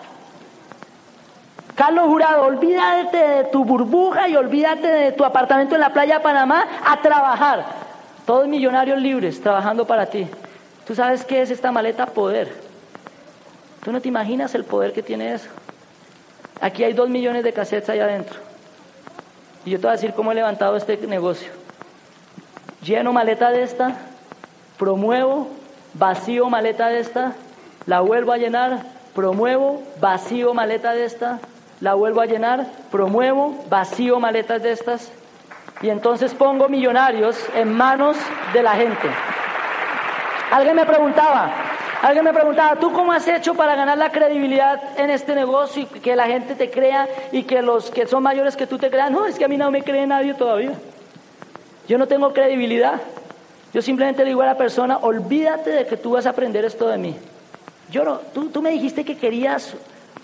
Carlos Jurado, olvídate de tu burbuja y olvídate de tu apartamento en la playa de Panamá, a trabajar. Todos millonarios libres trabajando para ti. ¿Tú sabes qué es esta maleta? Poder. ¿Tú no te imaginas el poder que tiene eso? Aquí hay 2 millones de cassettes allá adentro. Y yo te voy a decir cómo he levantado este negocio. Lleno maleta de esta, promuevo, vacío maleta de esta, la vuelvo a llenar, promuevo, vacío maleta de esta, la vuelvo a llenar, promuevo, vacío maletas de estas, y entonces pongo millonarios en manos de la gente. Alguien me preguntaba, ¿tú cómo has hecho para ganar la credibilidad en este negocio y que la gente te crea y que los que son mayores que tú te crean? No, es que a mí no me cree nadie todavía. Yo no tengo credibilidad. Yo simplemente le digo a la persona, olvídate de que tú vas a aprender esto de mí. Yo no, tú me dijiste que querías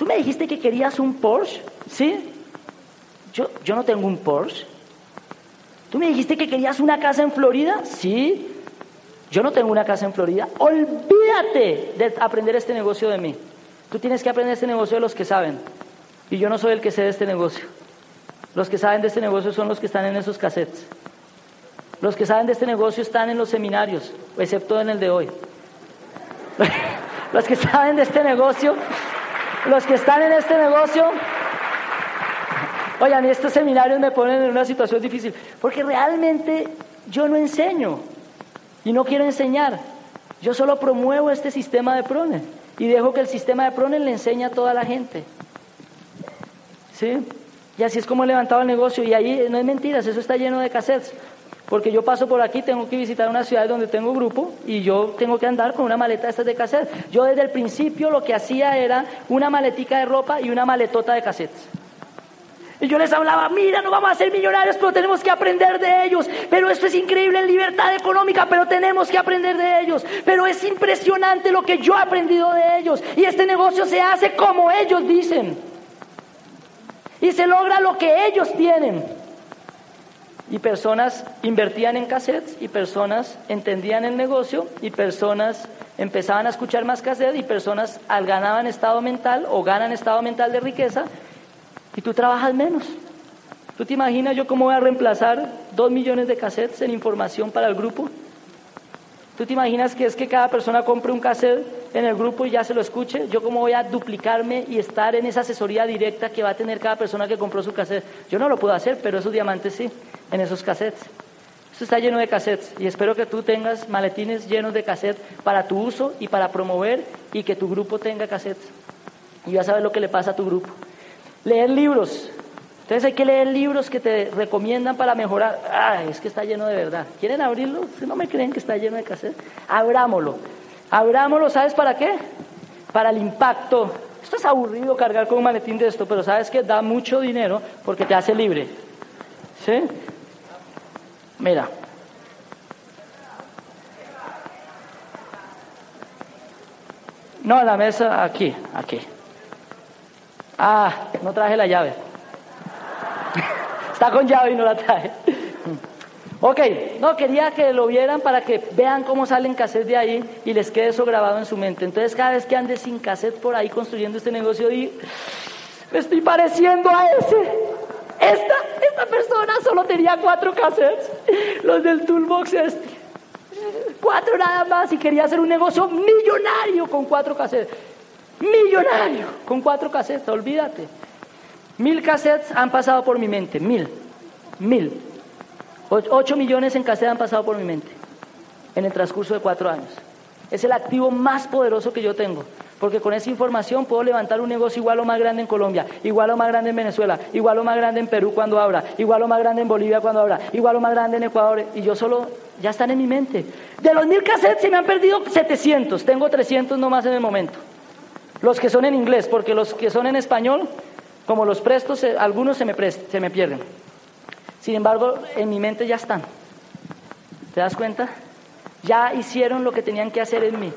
un Porsche, ¿sí? Yo no tengo un Porsche. ¿Tú me dijiste que querías una casa en Florida? Sí. Yo no tengo una casa en Florida. Olvídate de aprender este negocio de mí. Tú tienes que aprender este negocio de los que saben. Y yo no soy el que sé de este negocio. Los que saben de este negocio son los que están en esos cassettes. Los que saben de este negocio están en los seminarios, excepto en el de hoy. Los que saben de este negocio, los que están en este negocio. Oigan, y estos seminarios me ponen en una situación difícil, porque realmente yo no enseño y no quiero enseñar. Yo solo promuevo este sistema de Proner y dejo que el sistema de Proner le enseñe a toda la gente. ¿Sí? Y así es como he levantado el negocio, y ahí no es mentiras, eso está lleno de cassettes. Porque yo paso por aquí, tengo que visitar una ciudad donde tengo grupo y yo tengo que andar con una maleta de estas de cassettes. Yo desde el principio lo que hacía era una maletica de ropa y una maletota de cassettes. Y yo les hablaba, mira, no vamos a ser millonarios, pero tenemos que aprender de ellos. Pero esto es increíble en libertad económica, pero tenemos que aprender de ellos. Pero es impresionante lo que yo he aprendido de ellos. Y este negocio se hace como ellos dicen. Y se logra lo que ellos tienen. Y personas invertían en cassettes, y personas entendían el negocio, y personas empezaban a escuchar más cassettes, y personas ganaban estado mental o ganan estado mental de riqueza, y tú trabajas menos. ¿Tú te imaginas yo cómo voy a reemplazar 2 millones de cassettes en información para el grupo? ¿Tú te imaginas que es que cada persona compre un cassette en el grupo y ya se lo escuche? ¿Yo cómo voy a duplicarme y estar en esa asesoría directa que va a tener cada persona que compró su cassette? Yo no lo puedo hacer, pero esos diamantes sí, en esos cassettes. Esto está lleno de cassettes y espero que tú tengas maletines llenos de cassettes para tu uso y para promover, y que tu grupo tenga cassettes. Y vas a ver lo que le pasa a tu grupo. Leer libros. Entonces hay que leer libros que te recomiendan para mejorar. Es que está lleno de verdad. ¿Quieren abrirlo? Si no me creen que está lleno de cassettes, abrámoslo. Abrámoslo, ¿sabes para qué? Para el impacto. Esto es aburrido cargar con un maletín de esto, pero ¿sabes qué? Da mucho dinero porque te hace libre. ¿Sí? Mira. No, la mesa, aquí. No traje la llave. Está con llave y no la traje. Ok, no, quería que lo vieran para que vean cómo salen cassettes de ahí y les quede eso grabado en su mente. Entonces cada vez que ande sin cassette por ahí construyendo este negocio, me estoy pareciendo a ese. Esta persona solo tenía 4 cassettes, los del toolbox 4 nada más, y quería hacer un negocio millonario con 4 cassettes. Millonario con 4 cassettes, olvídate. 1000 cassettes han pasado por mi mente, 1000. 8 millones en cassettes han pasado por mi mente en el transcurso de 4 años. Es el activo más poderoso que yo tengo, porque con esa información puedo levantar un negocio igual o más grande en Colombia, igual o más grande en Venezuela, igual o más grande en Perú cuando abra, igual o más grande en Bolivia cuando abra, igual o más grande en Ecuador, y yo solo, ya están en mi mente. De los 1000 cassettes se me han perdido 700, tengo 300 nomás en el momento. Los que son en inglés, porque los que son en español, como los prestos, algunos se me pierden. Sin embargo, en mi mente ya están. ¿Te das cuenta? Ya hicieron lo que tenían que hacer en mí.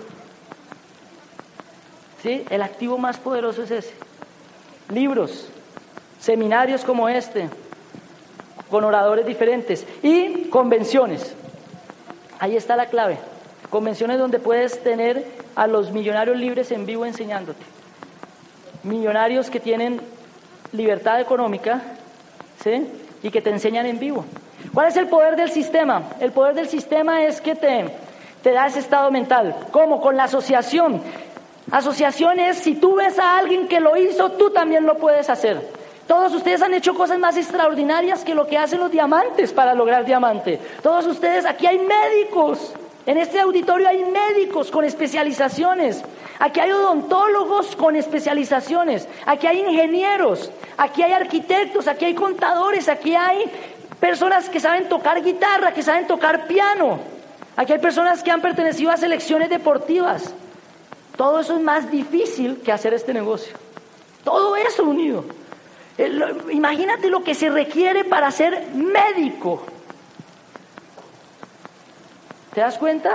¿Sí? El activo más poderoso es ese. Libros, seminarios como este, con oradores diferentes, y convenciones. Ahí está la clave. Convenciones donde puedes tener a los millonarios libres en vivo enseñándote. Millonarios que tienen libertad económica, ¿sí? Y que te enseñan en vivo. ¿Cuál es el poder del sistema? El poder del sistema es que te da ese estado mental. ¿Cómo? Con la asociación. Asociación es, si tú ves a alguien que lo hizo, tú también lo puedes hacer. Todos ustedes han hecho cosas más extraordinarias que lo que hacen los diamantes para lograr diamante. Todos ustedes, aquí hay médicos. En este auditorio hay médicos con especializaciones. Aquí hay odontólogos con especializaciones. Aquí hay ingenieros. Aquí hay arquitectos. Aquí hay contadores. Aquí hay personas que saben tocar guitarra, que saben tocar piano. Aquí hay personas que han pertenecido a selecciones deportivas. Todo eso es más difícil que hacer este negocio. Todo eso unido. Imagínate lo que se requiere para ser médico. ¿Te das cuenta?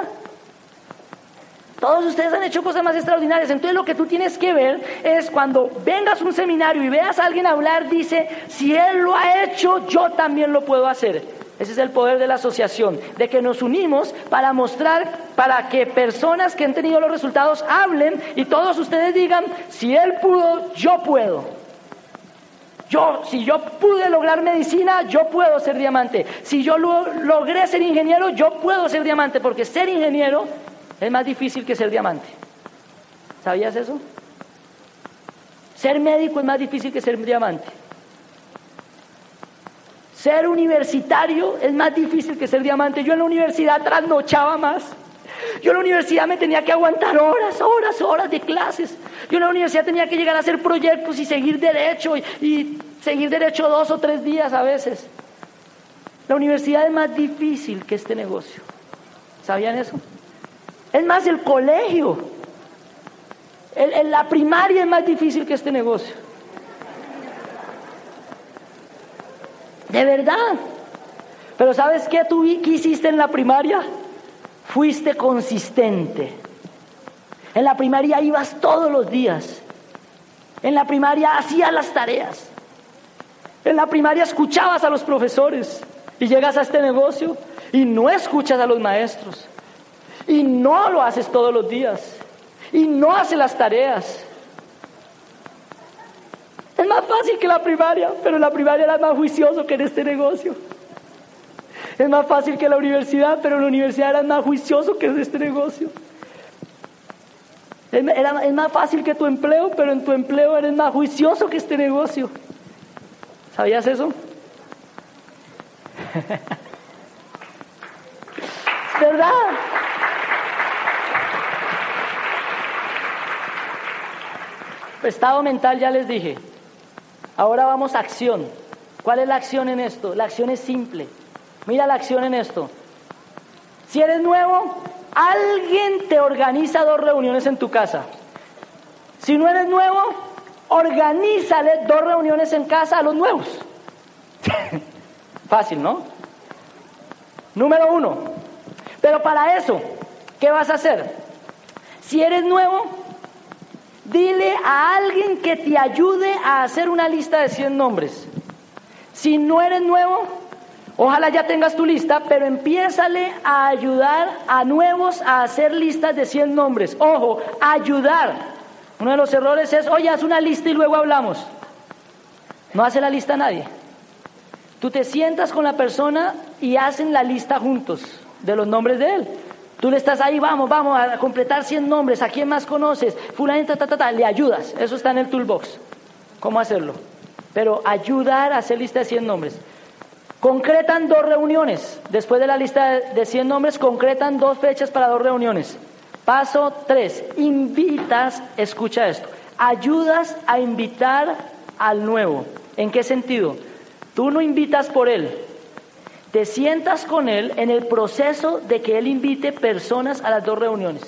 Todos ustedes han hecho cosas más extraordinarias. Entonces lo que tú tienes que ver es, cuando vengas a un seminario y veas a alguien hablar, dice, si él lo ha hecho, yo también lo puedo hacer. Ese es el poder de la asociación, de que nos unimos para mostrar, para que personas que han tenido los resultados hablen y todos ustedes digan, si él pudo, yo puedo. Si yo pude lograr medicina, yo puedo ser diamante. Si yo logré ser ingeniero, yo puedo ser diamante, porque ser ingeniero es más difícil que ser diamante. ¿Sabías eso? Ser médico es más difícil que ser diamante. Ser universitario es más difícil que ser diamante. Yo en la universidad trasnochaba más. Yo en la universidad me tenía que aguantar horas de clases. Yo en la universidad tenía que llegar a hacer proyectos y seguir derecho y seguir derecho 2 o 3 días a veces. La universidad es más difícil que este negocio. ¿Sabían eso? Es más, el colegio, la primaria es más difícil que este negocio. De verdad. Pero ¿sabes qué qué hiciste en la primaria? Fuiste consistente. En la primaria ibas todos los días. En la primaria hacías las tareas. En la primaria escuchabas a los profesores. Y llegas a este negocio y no escuchas a los maestros. Y no lo haces todos los días. Y no haces las tareas. Es más fácil que la primaria, pero en la primaria eras más juicioso que en este negocio. Es más fácil que la universidad, pero en la universidad eras más juicioso que en este negocio. Es más fácil que tu empleo, pero en tu empleo eres más juicioso que este negocio. ¿Sabías eso? Es verdad. Estado mental ya les dije. Ahora vamos a acción. ¿Cuál es la acción en esto? La acción es simple. Mira la acción en esto. Si eres nuevo, alguien te organiza 2 reuniones en tu casa. Si no eres nuevo, organízale 2 reuniones en casa a los nuevos. Fácil, ¿no? Número 1. Pero para eso, ¿qué vas a hacer? Si eres nuevo, dile a alguien que te ayude a hacer una lista de 100 nombres. Si no eres nuevo, ojalá ya tengas tu lista, pero empiézale a ayudar a nuevos a hacer listas de 100 nombres. Ojo, ayudar. Uno de los errores es, oye, haz una lista y luego hablamos. No hace la lista nadie. Tú te sientas con la persona y hacen la lista juntos de los nombres de él. Tú le estás ahí, vamos a completar 100 nombres. ¿A quién más conoces? Fulanita, le ayudas. Eso está en el toolbox. ¿Cómo hacerlo? Pero ayudar a hacer lista de 100 nombres. Concretan 2 reuniones. Después de la lista de 100 nombres, concretan 2 fechas para 2 reuniones. Paso 3. Invitas, escucha esto. Ayudas a invitar al nuevo. ¿En qué sentido? Tú no invitas por él. Te sientas con él en el proceso de que él invite personas a las 2 reuniones.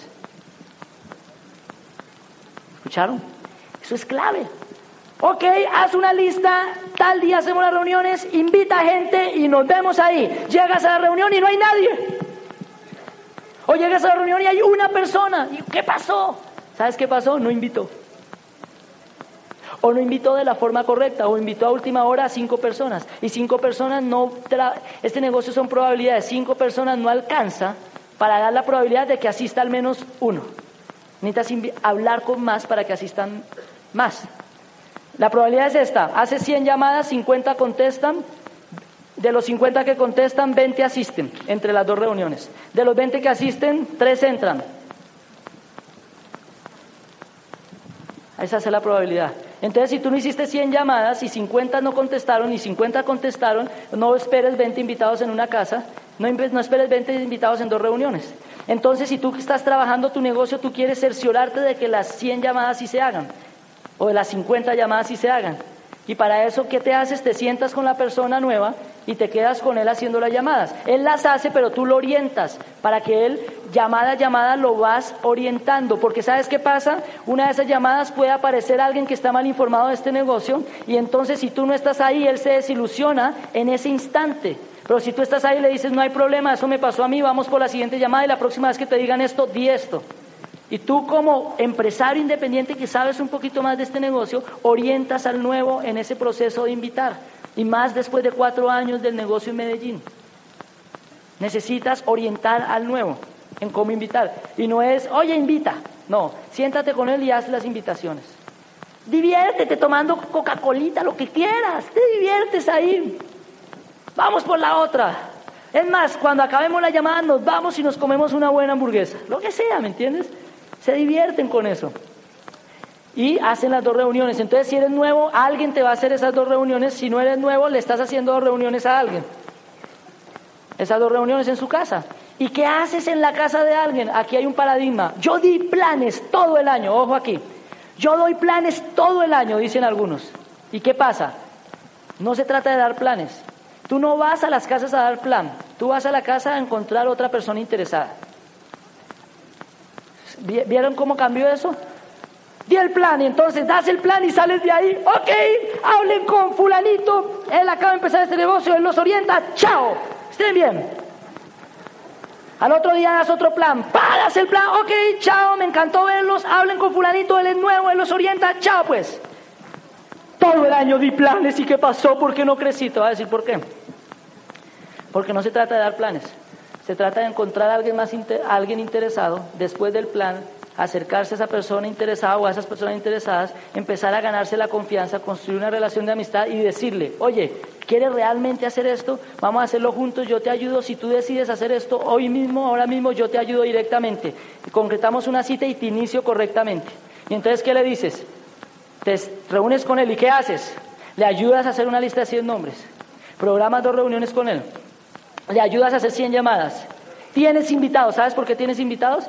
¿Escucharon? Eso es clave. Ok, haz una lista, tal día hacemos las reuniones, invita gente y nos vemos ahí. Llegas a la reunión y no hay nadie. O llegas a la reunión y hay una persona. ¿Y qué pasó? ¿Sabes qué pasó? No invitó. O no invitó de la forma correcta, o invitó a última hora a 5 personas. Y 5 personas no... Este negocio son probabilidades. 5 personas no alcanza para dar la probabilidad de que asista al menos 1. Necesitas hablar con más para que asistan más. La probabilidad es esta. Hace 100 llamadas, 50 contestan. De los 50 que contestan, 20 asisten entre las 2 reuniones. De los 20 que asisten, 3 entran. Esa es la probabilidad. Entonces, si tú no hiciste 100 llamadas y 50 no contestaron y 50 contestaron, no esperes 20 invitados en una casa, no esperes 20 invitados en 2 reuniones. Entonces, si tú estás trabajando tu negocio, tú quieres cerciorarte de que las 100 llamadas sí se hagan, o de las 50 llamadas sí se hagan. Y para eso, ¿qué te haces? Te sientas con la persona nueva y te quedas con él haciendo las llamadas. Él las hace, pero tú lo orientas para que él, llamada a llamada, lo vas orientando. Porque ¿sabes qué pasa? Una de esas llamadas puede aparecer alguien que está mal informado de este negocio y entonces si tú no estás ahí, él se desilusiona en ese instante. Pero si tú estás ahí y le dices, no hay problema, eso me pasó a mí, vamos por la siguiente llamada y la próxima vez que te digan esto, di esto. Y tú como empresario independiente que sabes un poquito más de este negocio, orientas al nuevo en ese proceso de invitar. Y más después de 4 años del negocio en Medellín. Necesitas orientar al nuevo en cómo invitar. Y no es, oye, invita. No, siéntate con él y haz las invitaciones. Diviértete tomando Coca-Colita, lo que quieras. Te diviertes ahí. Vamos por la otra. Es más, cuando acabemos la llamada nos vamos y nos comemos una buena hamburguesa. Lo que sea, ¿me entiendes? Se divierten con eso. Y hacen las 2 reuniones. Entonces, si eres nuevo, alguien te va a hacer esas 2 reuniones. Si no eres nuevo, le estás haciendo 2 reuniones a alguien. Esas 2 reuniones en su casa. ¿Y qué haces en la casa de alguien? Aquí hay un paradigma. Yo di planes todo el año. Ojo aquí. Yo doy planes todo el año, dicen algunos. ¿Y qué pasa? No se trata de dar planes. Tú no vas a las casas a dar plan. Tú vas a la casa a encontrar otra persona interesada. ¿Vieron cómo cambió eso? Di el plan y entonces das el plan y sales de ahí. Ok, hablen con fulanito. Él acaba de empezar este negocio, él los orienta. Chao, estén bien. Al otro día das otro plan. Das el plan. Ok, chao, me encantó verlos. Hablen con fulanito, él es nuevo, él los orienta. Chao pues. Todo el año di planes y ¿qué pasó? ¿Por qué no crecí? Te voy a decir por qué. Porque no se trata de dar planes. Se trata de encontrar a alguien interesado después del plan, acercarse a esa persona interesada o a esas personas interesadas, empezar a ganarse la confianza, construir una relación de amistad y decirle, oye, ¿quieres realmente hacer esto? Vamos a hacerlo juntos, yo te ayudo. Si tú decides hacer esto hoy mismo, ahora mismo, yo te ayudo directamente. Concretamos una cita y te inicio correctamente. Y entonces, ¿qué le dices? Te reúnes con él y ¿qué haces? Le ayudas a hacer una lista de 100 nombres. Programas 2 reuniones con él. Le ayudas a hacer 100 llamadas. Tienes invitados. ¿Sabes por qué tienes invitados?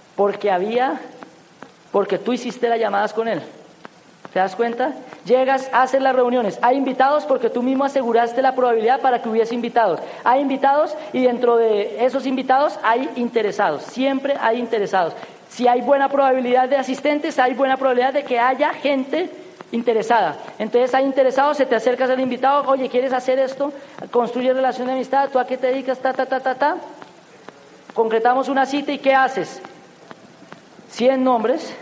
Porque tú hiciste las llamadas con él. ¿Te das cuenta? Llegas, haces las reuniones. Hay invitados porque tú mismo aseguraste la probabilidad para que hubiese invitados. Hay invitados y dentro de esos invitados hay interesados. Siempre hay interesados. Si hay buena probabilidad de asistentes, hay buena probabilidad de que haya gente interesada. Entonces hay interesados, se te acercas al invitado, oye, ¿quieres hacer esto? Construye relación de amistad, ¿tú a qué te dedicas? Concretamos una cita y ¿qué haces? 100 nombres,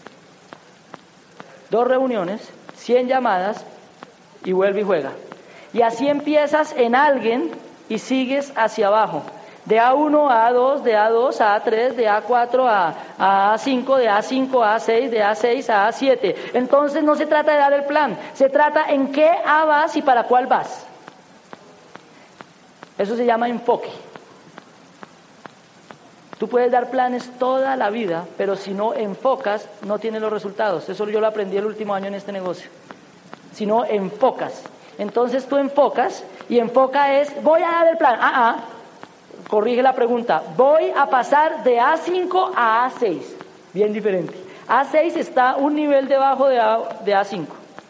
2 reuniones, 100 llamadas y vuelve y juega. Y así empiezas en alguien y sigues hacia abajo. De A1 a A2, de A2 a A3, de A4 a A5, de A5 a A6, de A6 a A7. Entonces no se trata de dar el plan, se trata en qué A vas y para cuál vas. Eso se llama enfoque. Tú puedes dar planes toda la vida, pero si no enfocas, no tienes los resultados. Eso yo lo aprendí el último año en este negocio. Si no enfocas. Entonces tú enfocas, y enfoca es, voy a dar el plan. Corrige la pregunta. Voy a pasar de A5 a A6. Bien diferente. A6 está un nivel debajo de A5.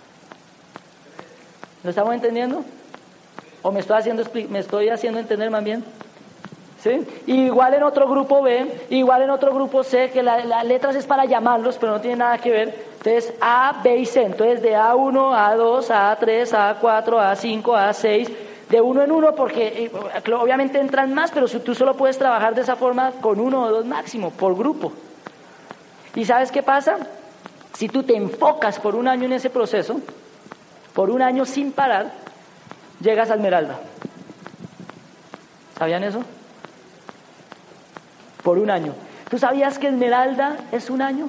¿Lo estamos entendiendo? ¿O me estoy haciendo entender más bien? ¿Sí? Igual en otro grupo B, igual en otro grupo C, que las letras es para llamarlos, pero no tiene nada que ver. Entonces A, B y C. Entonces de A1, A2, A3, A4, A5, A6, de uno en uno, porque obviamente entran más, pero tú solo puedes trabajar de esa forma con 1 o 2 máximo, por grupo. ¿Y sabes qué pasa? Si tú te enfocas por un año en ese proceso, por un año sin parar, llegas a Esmeralda. ¿Sabían eso? Por un año. ¿Tú sabías que Esmeralda es un año?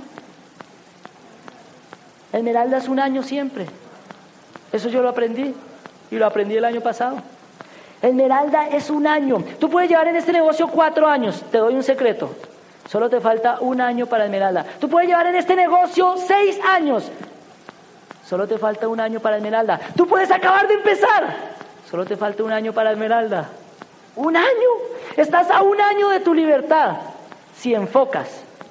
Esmeralda es un año siempre. Eso yo lo aprendí y lo aprendí el año pasado. Esmeralda es un año. Tú puedes llevar en este negocio 4 años. Te doy un secreto. Solo te falta un año para Esmeralda. Tú puedes llevar en este negocio 6 años. Solo te falta un año para Esmeralda. Tú puedes acabar de empezar. Solo te falta un año para Esmeralda. ¡Un año! Estás a un año de tu libertad. Si enfocas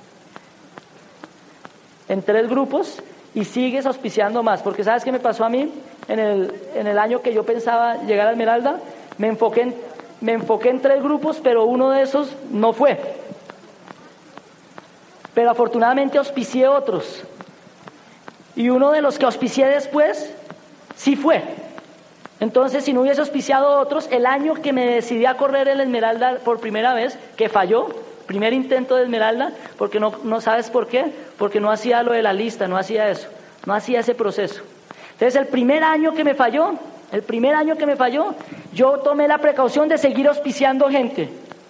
en 3 grupos y sigues auspiciando más. Porque ¿sabes qué me pasó a mí? En el año que yo pensaba llegar a Esmeralda, me enfoqué en 3 grupos, pero uno de esos no fue. Pero afortunadamente auspicié otros. Y uno de los que auspicié después, sí fue. Entonces, si no hubiese auspiciado otros, el año que me decidí a correr el Esmeralda por primera vez, que falló, primer intento de Esmeralda, porque no sabes por qué, porque no hacía lo de la lista, no hacía eso, no hacía ese proceso. Entonces, el primer año que me falló, yo tomé la precaución de seguir auspiciando gente.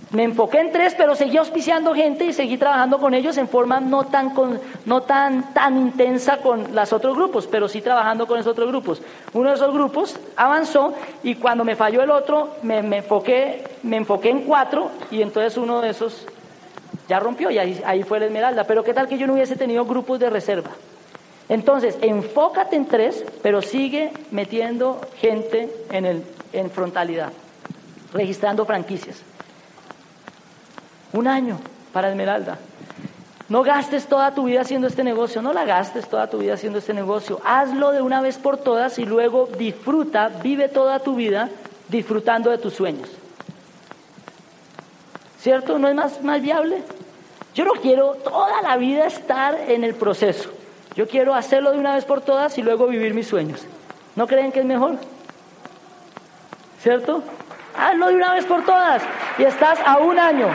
Me enfoqué en 3, pero seguí auspiciando gente y seguí trabajando con ellos en forma no tan intensa con los otros grupos, pero sí trabajando con esos otros grupos. Uno de esos grupos avanzó y cuando me falló el otro, me enfoqué en 4 y entonces uno de esos ya rompió y ahí fue la Esmeralda. Pero ¿qué tal que yo no hubiese tenido grupos de reserva? Entonces, enfócate en 3, pero sigue metiendo gente en frontalidad, registrando franquicias. 1 año para Esmeralda. No gastes toda tu vida haciendo este negocio, no la gastes toda tu vida haciendo este negocio. Hazlo de una vez por todas y luego vive toda tu vida disfrutando de tus sueños. ¿Cierto? ¿No es más viable? Yo no quiero toda la vida estar en el proceso. Yo quiero hacerlo de una vez por todas y luego vivir mis sueños. ¿No creen que es mejor? ¿Cierto? Hazlo de una vez por todas y estás a 1 año.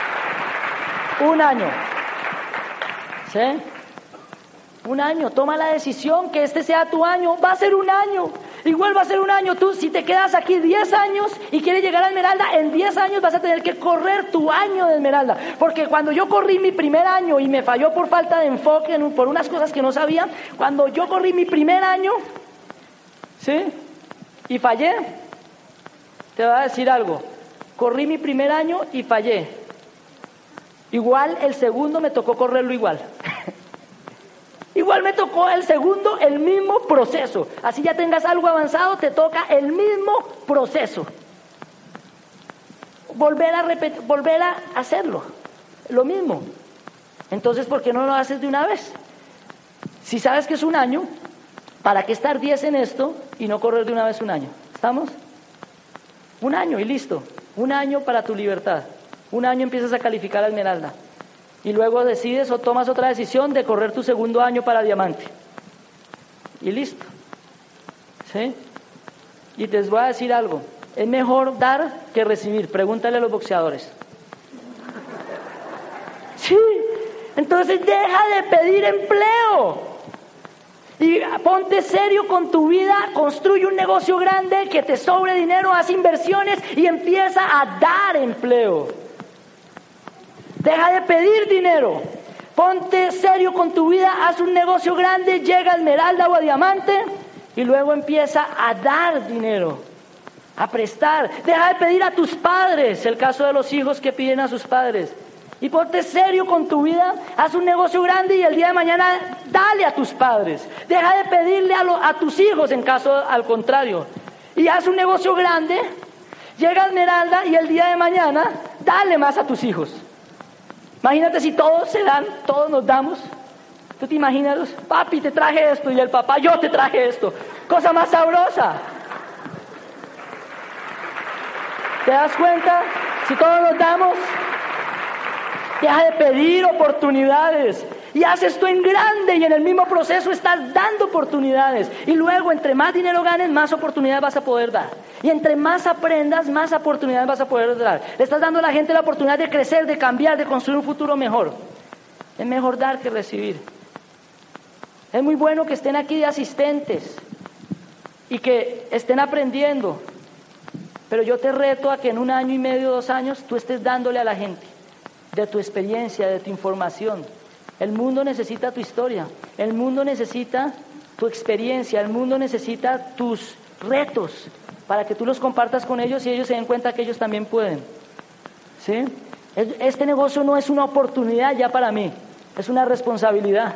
1 año. ¿Sí? 1 año. Toma la decisión que este sea tu año. Va a ser 1 año. Igual va a ser 1 año. Tú, si te quedas aquí 10 años y quieres llegar a Esmeralda, en 10 años vas a tener que correr tu año de Esmeralda. Porque cuando yo corrí mi primer año y me falló por falta de enfoque, por unas cosas que no sabía, cuando yo corrí mi primer año, ¿sí? Y fallé, te voy a decir algo. Corrí mi primer año y fallé. Igual el segundo me tocó correrlo igual. Igual me tocó el segundo el mismo proceso. Así ya tengas algo avanzado, te toca el mismo proceso. Volver a hacerlo. Lo mismo. Entonces, ¿por qué no lo haces de una vez? Si sabes que es 1 año, ¿para qué estar 10 en esto y no correr de una vez 1 año? ¿Estamos? 1 año y listo. 1 año para tu libertad. 1 año empiezas a calificar a Esmeralda. Y luego decides o tomas otra decisión de correr tu segundo año para diamante. Y listo. ¿Sí? Y te voy a decir algo. Es mejor dar que recibir. Pregúntale a los boxeadores. Sí. Entonces deja de pedir empleo. Y ponte serio con tu vida, construye un negocio grande, que te sobre dinero, haz inversiones y empieza a dar empleo. Deja de pedir dinero, ponte serio con tu vida, haz un negocio grande, llega a Esmeralda o a Diamante y luego empieza a dar dinero, a prestar. Deja de pedir a tus padres, el caso de los hijos que piden a sus padres. Y ponte serio con tu vida, haz un negocio grande y el día de mañana dale a tus padres. Deja de pedirle a tus hijos en caso al contrario. Y haz un negocio grande, llega a Esmeralda y el día de mañana dale más a tus hijos. Imagínate si todos se dan, todos nos damos. ¿Tú te imaginas? Papi, te traje esto y el papá, yo te traje esto. Cosa más sabrosa. ¿Te das cuenta? Si todos nos damos, deja de pedir oportunidades y haz esto en grande y en el mismo proceso estás dando oportunidades y luego entre más dinero ganes, más oportunidades vas a poder dar y entre más aprendas, más oportunidades vas a poder dar. Le estás dando a la gente la oportunidad de crecer, de cambiar, de construir un futuro mejor. Es mejor dar que recibir. Es muy bueno que estén aquí de asistentes y que estén aprendiendo, pero yo te reto a que en 1 año y medio, 2 años, tú estés dándole a la gente de tu experiencia, de tu información. El mundo necesita tu historia, el mundo necesita tu experiencia, el mundo necesita tus retos para que tú los compartas con ellos y ellos se den cuenta que ellos también pueden. ¿Sí? Este negocio no es una oportunidad ya para mí, es una responsabilidad.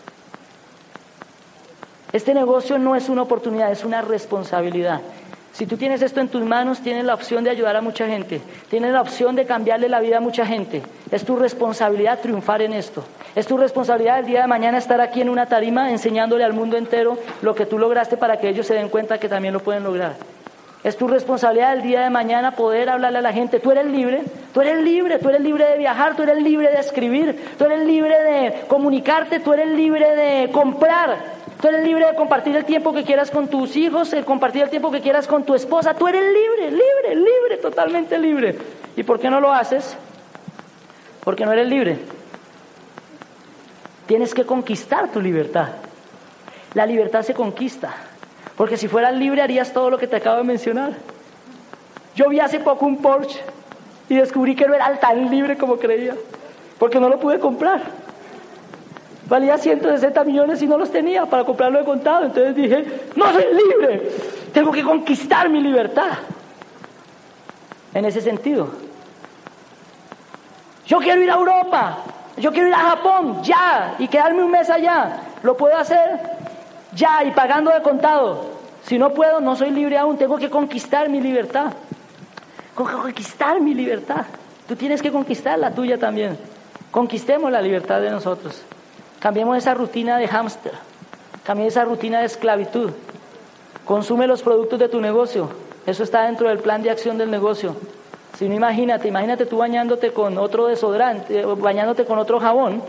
Este negocio no es una oportunidad, es una responsabilidad. Si tú tienes esto en tus manos, tienes la opción de ayudar a mucha gente, tienes la opción de cambiarle la vida a mucha gente. Es tu responsabilidad triunfar en esto. Es tu responsabilidad el día de mañana estar aquí en una tarima enseñándole al mundo entero lo que tú lograste para que ellos se den cuenta que también lo pueden lograr. Es tu responsabilidad el día de mañana poder hablarle a la gente. Tú eres libre, tú eres libre, tú eres libre de viajar, tú eres libre de escribir, tú eres libre de comunicarte, tú eres libre de comprar. Tú eres libre de compartir el tiempo que quieras con tus hijos, de compartir el tiempo que quieras con tu esposa. Tú eres libre, libre, libre, totalmente libre. ¿Y por qué no lo haces? Porque no eres libre. Tienes que conquistar tu libertad. La libertad se conquista. Porque si fueras libre harías todo lo que te acabo de mencionar. Yo vi hace poco un Porsche Y descubrí que no era tan libre como creía, porque no lo pude comprar. Valía 160 millones y no los tenía para comprarlo de contado. Entonces dije, no soy libre, tengo que conquistar mi libertad. En ese sentido, yo quiero ir a Europa, yo quiero ir a Japón, ya, y quedarme un mes allá. ¿Lo puedo hacer? Ya, y pagando de contado. Si no puedo, no soy libre aún, tengo que conquistar mi libertad. Tengo que conquistar mi libertad. Tú tienes que conquistar la tuya también. Conquistemos la libertad de nosotros. Cambiemos esa rutina de hámster, cambiemos esa rutina de esclavitud. Consume los productos de tu negocio. Eso está dentro del plan de acción del negocio. Si no, imagínate tú bañándote con otro desodorante, bañándote con otro jabón,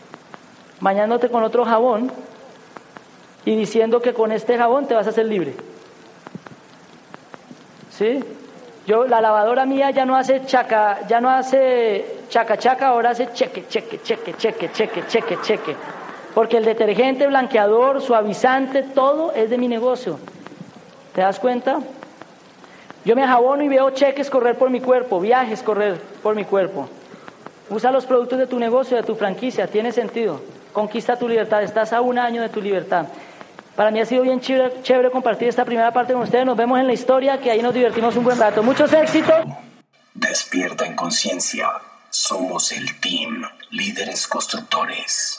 y diciendo que con este jabón te vas a hacer libre. ¿Sí? La lavadora mía ya no hace chaca, ahora hace cheque. Porque el detergente, blanqueador, suavizante, todo es de mi negocio. ¿Te das cuenta? Yo me jabono y veo cheques correr por mi cuerpo, viajes correr por mi cuerpo. Usa los productos de tu negocio, de tu franquicia, tiene sentido. Conquista tu libertad, estás a un año de tu libertad. Para mí ha sido bien chévere compartir esta primera parte con ustedes. Nos vemos en la historia, que ahí nos divertimos un buen rato. Muchos éxitos. Despierta en conciencia. Somos el team Líderes Constructores.